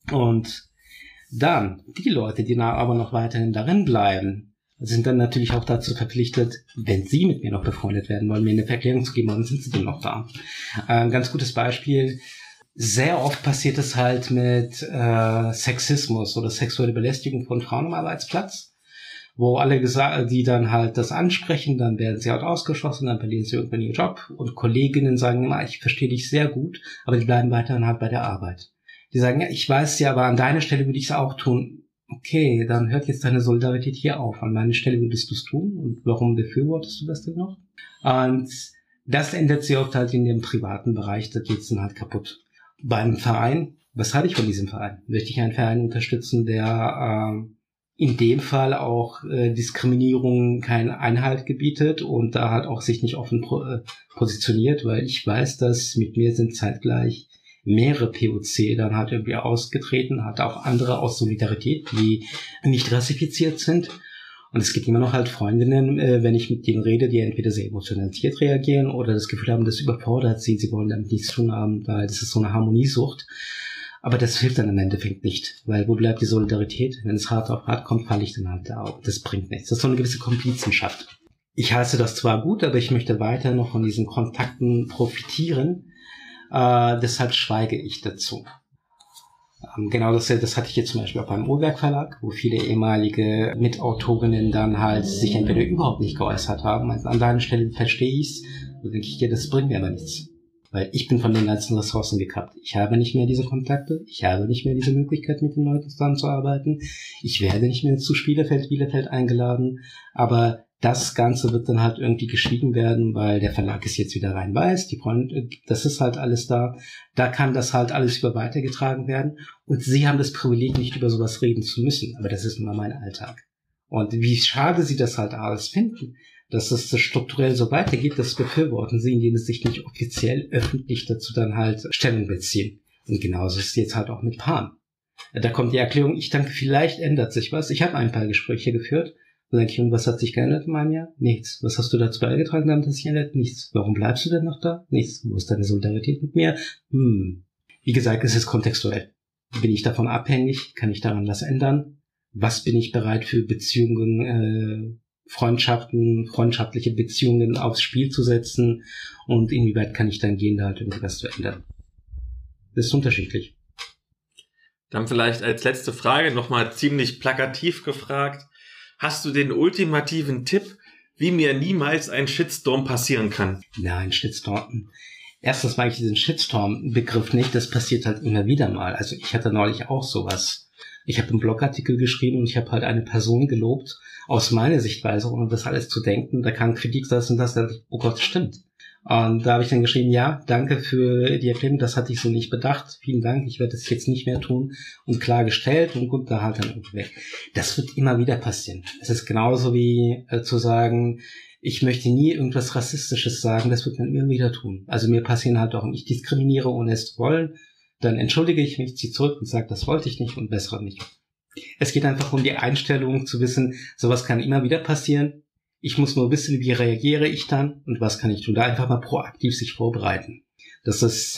Speaker 2: Und dann, die Leute, die aber noch weiterhin darin bleiben, sind dann natürlich auch dazu verpflichtet, wenn sie mit mir noch befreundet werden wollen, mir eine Erklärung zu geben, dann sind sie denn noch da. Ein ganz gutes Beispiel, sehr oft passiert es halt mit Sexismus oder sexuelle Belästigung von Frauen am Arbeitsplatz, wo alle die dann halt das ansprechen, dann werden sie halt ausgeschlossen, dann verlieren sie irgendwann ihren Job und Kolleginnen sagen immer, ich verstehe dich sehr gut, aber die bleiben weiterhin halt bei der Arbeit. Die sagen, ja, ich weiß ja, aber an deiner Stelle würde ich es auch tun. Okay, dann hört jetzt deine Solidarität hier auf. An meiner Stelle würdest du es tun. Und warum befürwortest du das denn noch? Und das ändert sich oft halt in dem privaten Bereich, da geht's dann halt kaputt. Beim Verein Was halte ich von diesem Verein? Möchte ich einen Verein unterstützen, der in dem Fall auch Diskriminierung keinen Einhalt gebietet und da halt auch sich nicht offen positioniert, weil ich weiß, dass mit mir sind zeitgleich mehrere POC dann halt irgendwie ausgetreten, hat auch andere aus Solidarität, die nicht rassifiziert sind. Und es gibt immer noch halt Freundinnen, wenn ich mit denen rede, die entweder sehr emotionalisiert reagieren oder das Gefühl haben, das überfordert sie, sie wollen damit nichts tun haben, weil das ist so eine Harmoniesucht. Aber das hilft dann im Endeffekt nicht, weil wo bleibt die Solidarität? Wenn es hart auf hart kommt, falle ich dann halt da auf. Das bringt nichts. Das ist so eine gewisse Komplizenschaft. Ich heiße das zwar gut, aber ich möchte weiter noch von diesen Kontakten profitieren. Deshalb schweige ich dazu. Genau das hatte ich jetzt zum Beispiel auch beim Uhrwerk Verlag, wo viele ehemalige Mitautorinnen dann halt sich entweder überhaupt nicht geäußert haben. Also an deiner Stelle verstehe ich's. Da denke ich dir, das bringt mir aber nichts. Weil ich bin von den ganzen Ressourcen gekappt. Ich habe nicht mehr diese Kontakte. Ich habe nicht mehr diese Möglichkeit, mit den Leuten zusammenzuarbeiten. Ich werde nicht mehr zu Bielefeld eingeladen. Aber das Ganze wird dann halt irgendwie geschwiegen werden, weil der Verlag ist jetzt wieder rein weiß. Die Freunde, das ist halt alles da. Da kann das halt alles über weitergetragen werden. Und sie haben das Privileg, nicht über sowas reden zu müssen. Aber das ist nun mal mein Alltag. Und wie schade sie das halt alles finden, dass es das strukturell so weitergeht, das befürworten sie, indem sie sich nicht offiziell öffentlich dazu dann halt Stellung beziehen. Und genauso ist es jetzt halt auch mit Pan. Da kommt die Erklärung, ich denke, vielleicht ändert sich was. Ich habe ein paar Gespräche geführt. Da denke ich, und was hat sich geändert in einem Jahr? Nichts. Was hast du dazu beigetragen, damit es sich ändert? Nichts. Warum bleibst du denn noch da? Nichts. Wo ist deine Solidarität mit mir? Wie gesagt, es ist kontextuell. Bin ich davon abhängig? Kann ich daran was ändern? Was bin ich bereit für Beziehungen, freundschaftliche Beziehungen aufs Spiel zu setzen und inwieweit kann ich dann gehen, da halt irgendwas zu ändern. Das ist unterschiedlich.
Speaker 1: Dann vielleicht als letzte Frage nochmal ziemlich plakativ gefragt. Hast du den ultimativen Tipp, wie mir niemals ein Shitstorm passieren kann?
Speaker 2: Nein, Shitstorm. Erstens mag ich diesen Shitstorm-Begriff nicht, das passiert halt immer wieder mal. Also ich hatte neulich auch sowas. Ich habe einen Blogartikel geschrieben und ich habe halt eine Person gelobt, aus meiner Sichtweise, ohne das alles zu denken. Da kam Kritik, das und das, da dachte ich, oh Gott, stimmt. Und da habe ich dann geschrieben, ja, danke für die Erklärung, das hatte ich so nicht bedacht. Vielen Dank, ich werde das jetzt nicht mehr tun. Und klargestellt und gut, da halt dann irgendwie weg. Das wird immer wieder passieren. Es ist genauso wie zu sagen, ich möchte nie irgendwas Rassistisches sagen, das wird man immer wieder tun. Also mir passieren halt auch, ich diskriminiere, ohne es zu wollen. Dann entschuldige ich mich, ziehe zurück und sage, das wollte ich nicht und bessere nicht. Es geht einfach um die Einstellung zu wissen, sowas kann immer wieder passieren. Ich muss nur wissen, wie reagiere ich dann und was kann ich tun. Da einfach mal proaktiv sich vorbereiten. Das ist,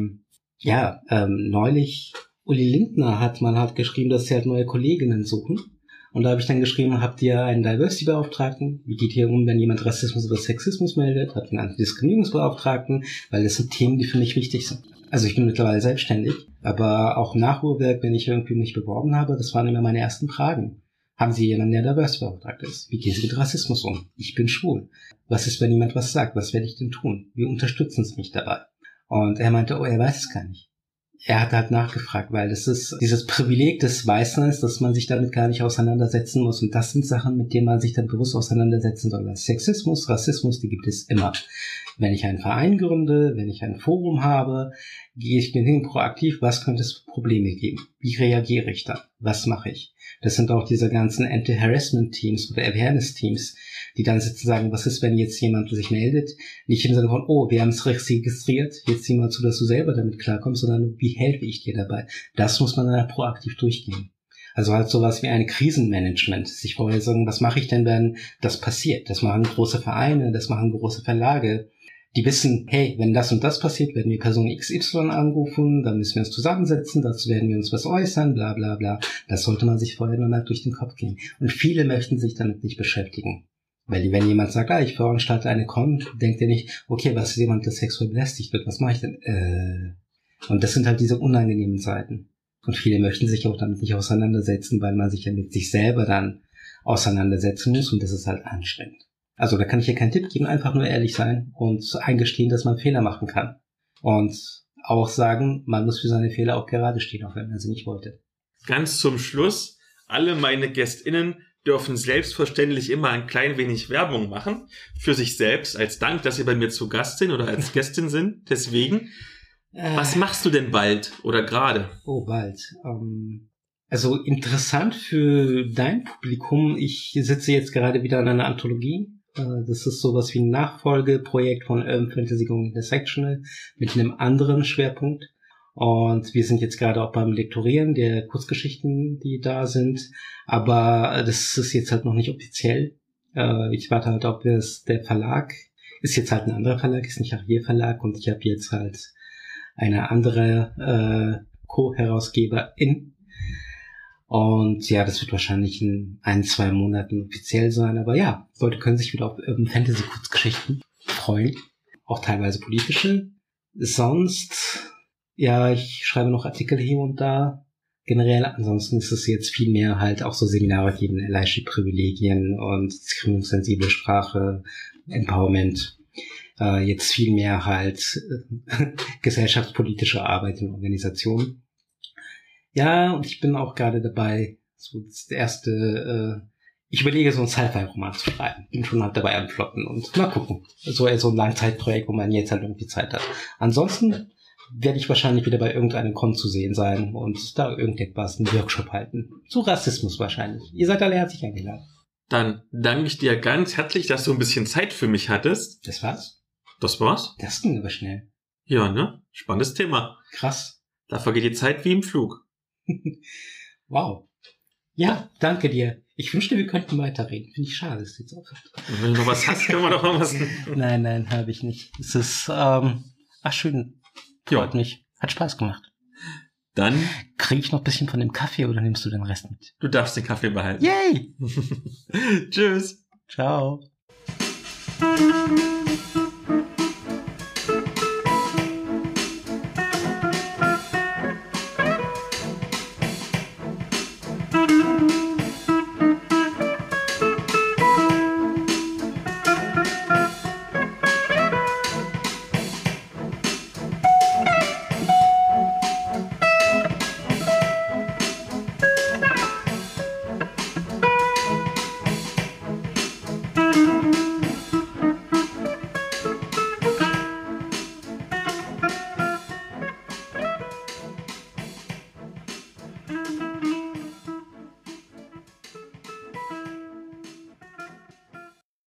Speaker 2: neulich, Uli Lindner hat geschrieben, dass sie halt neue Kolleginnen suchen. Und da habe ich dann geschrieben, habt ihr einen Diversity-Beauftragten? Wie geht ihr um, wenn jemand Rassismus oder Sexismus meldet? Habt ihr einen Antidiskriminierungsbeauftragten? Weil das sind Themen, die für mich wichtig sind. Also ich bin mittlerweile selbstständig, aber auch nach Uhrwerk, wenn ich irgendwie mich beworben habe, das waren immer meine ersten Fragen. Haben Sie jemanden, der Diversity-Beauftragter ist? Wie gehen Sie mit Rassismus um? Ich bin schwul. Was ist, wenn jemand was sagt? Was werde ich denn tun? Wie unterstützen Sie mich dabei? Und er meinte, er weiß es gar nicht. Er hat halt nachgefragt, weil das ist dieses Privileg des Weißseins, dass man sich damit gar nicht auseinandersetzen muss. Und das sind Sachen, mit denen man sich dann bewusst auseinandersetzen soll. Sexismus, Rassismus, die gibt es immer. Wenn ich einen Verein gründe, wenn ich ein Forum habe, gehe ich hin proaktiv, was könnte es für Probleme geben? Wie reagiere ich dann? Was mache ich? Das sind auch diese ganzen Anti-Harassment-Teams oder Awareness-Teams, die dann sitzen und sagen, was ist, wenn jetzt jemand sich meldet? Nicht im Sinne von, oh, wir haben es registriert, jetzt sieh mal zu, dass du selber damit klarkommst, sondern wie helfe ich dir dabei? Das muss man dann proaktiv durchgehen. Also halt sowas wie ein Krisenmanagement. Sich vorher sagen, was mache ich denn, wenn das passiert? Das machen große Vereine, das machen große Verlage. Die wissen, hey, wenn das und das passiert, werden wir Person XY anrufen, dann müssen wir uns zusammensetzen, dazu werden wir uns was äußern, bla bla bla. Das sollte man sich vorher nochmal durch den Kopf gehen. Und viele möchten sich damit nicht beschäftigen. Weil wenn jemand sagt, ich veranstalte eine Con, denkt er nicht, okay, was ist jemand, der sexuell belästigt wird, was mache ich denn? Und das sind halt diese unangenehmen Seiten. Und viele möchten sich auch damit nicht auseinandersetzen, weil man sich ja mit sich selber dann auseinandersetzen muss und das ist halt anstrengend. Also da kann ich hier keinen Tipp geben, einfach nur ehrlich sein und eingestehen, dass man Fehler machen kann. Und auch sagen, man muss für seine Fehler auch gerade stehen, auch wenn man sie nicht wollte.
Speaker 1: Ganz zum Schluss, alle meine GästInnen dürfen selbstverständlich immer ein klein wenig Werbung machen für sich selbst, als Dank, dass sie bei mir zu Gast sind oder als Gästin sind. Deswegen, Was machst du denn bald oder gerade?
Speaker 2: Oh, bald. Also interessant für dein Publikum. Ich sitze jetzt gerade wieder an einer Anthologie. Das ist sowas wie ein Nachfolgeprojekt von Urban Fantasy Going Intersectional mit einem anderen Schwerpunkt. Und wir sind jetzt gerade auch beim Lektorieren der Kurzgeschichten, die da sind. Aber das ist jetzt halt noch nicht offiziell. Ich warte halt, ob es der Verlag ist jetzt halt ein anderer Verlag, ist nicht Arriere Verlag. Und ich habe jetzt halt eine andere Co-Herausgeberin. Und ja, das wird wahrscheinlich in 1-2 Monaten offiziell sein. Aber ja, Leute können sich wieder auf Urban Fantasy Kurzgeschichten freuen. Auch teilweise politische. Sonst, ja, ich schreibe noch Artikel hier und da. Generell, ansonsten ist es jetzt viel mehr halt auch so Seminare geben, Leadership-Privilegien und diskriminierungssensible Sprache, Empowerment. Jetzt viel mehr halt gesellschaftspolitische Arbeit in Organisationen. Ja, und ich bin auch gerade dabei, so das erste, ich überlege, so einen Sci-Fi-Roman zu schreiben. Bin schon halt dabei am Plotten und mal gucken. So ein Langzeitprojekt, wo man jetzt halt irgendwie Zeit hat. Ansonsten werde ich wahrscheinlich wieder bei irgendeinem Con zu sehen sein und da irgendetwas, einen Workshop halten. Zu Rassismus wahrscheinlich. Ihr seid alle herzlich eingeladen.
Speaker 1: Dann danke ich dir ganz herzlich, dass du ein bisschen Zeit für mich hattest.
Speaker 2: Das war's?
Speaker 1: Das war's?
Speaker 2: Das ging aber schnell.
Speaker 1: Ja, ne? Spannendes Thema.
Speaker 2: Krass.
Speaker 1: Da vergeht die Zeit wie im Flug.
Speaker 2: Wow. Ja, danke dir. Ich wünschte, wir könnten weiterreden. Finde ich schade, dass du jetzt aufhört.
Speaker 1: Und wenn du noch was hast, können wir doch noch was.
Speaker 2: Nein, habe ich nicht. Es ist, schön. Freut mich. Hat Spaß gemacht.
Speaker 1: Dann
Speaker 2: kriege ich noch ein bisschen von dem Kaffee oder nimmst du den Rest mit?
Speaker 1: Du darfst den Kaffee behalten.
Speaker 2: Yay!
Speaker 1: Tschüss.
Speaker 2: Ciao.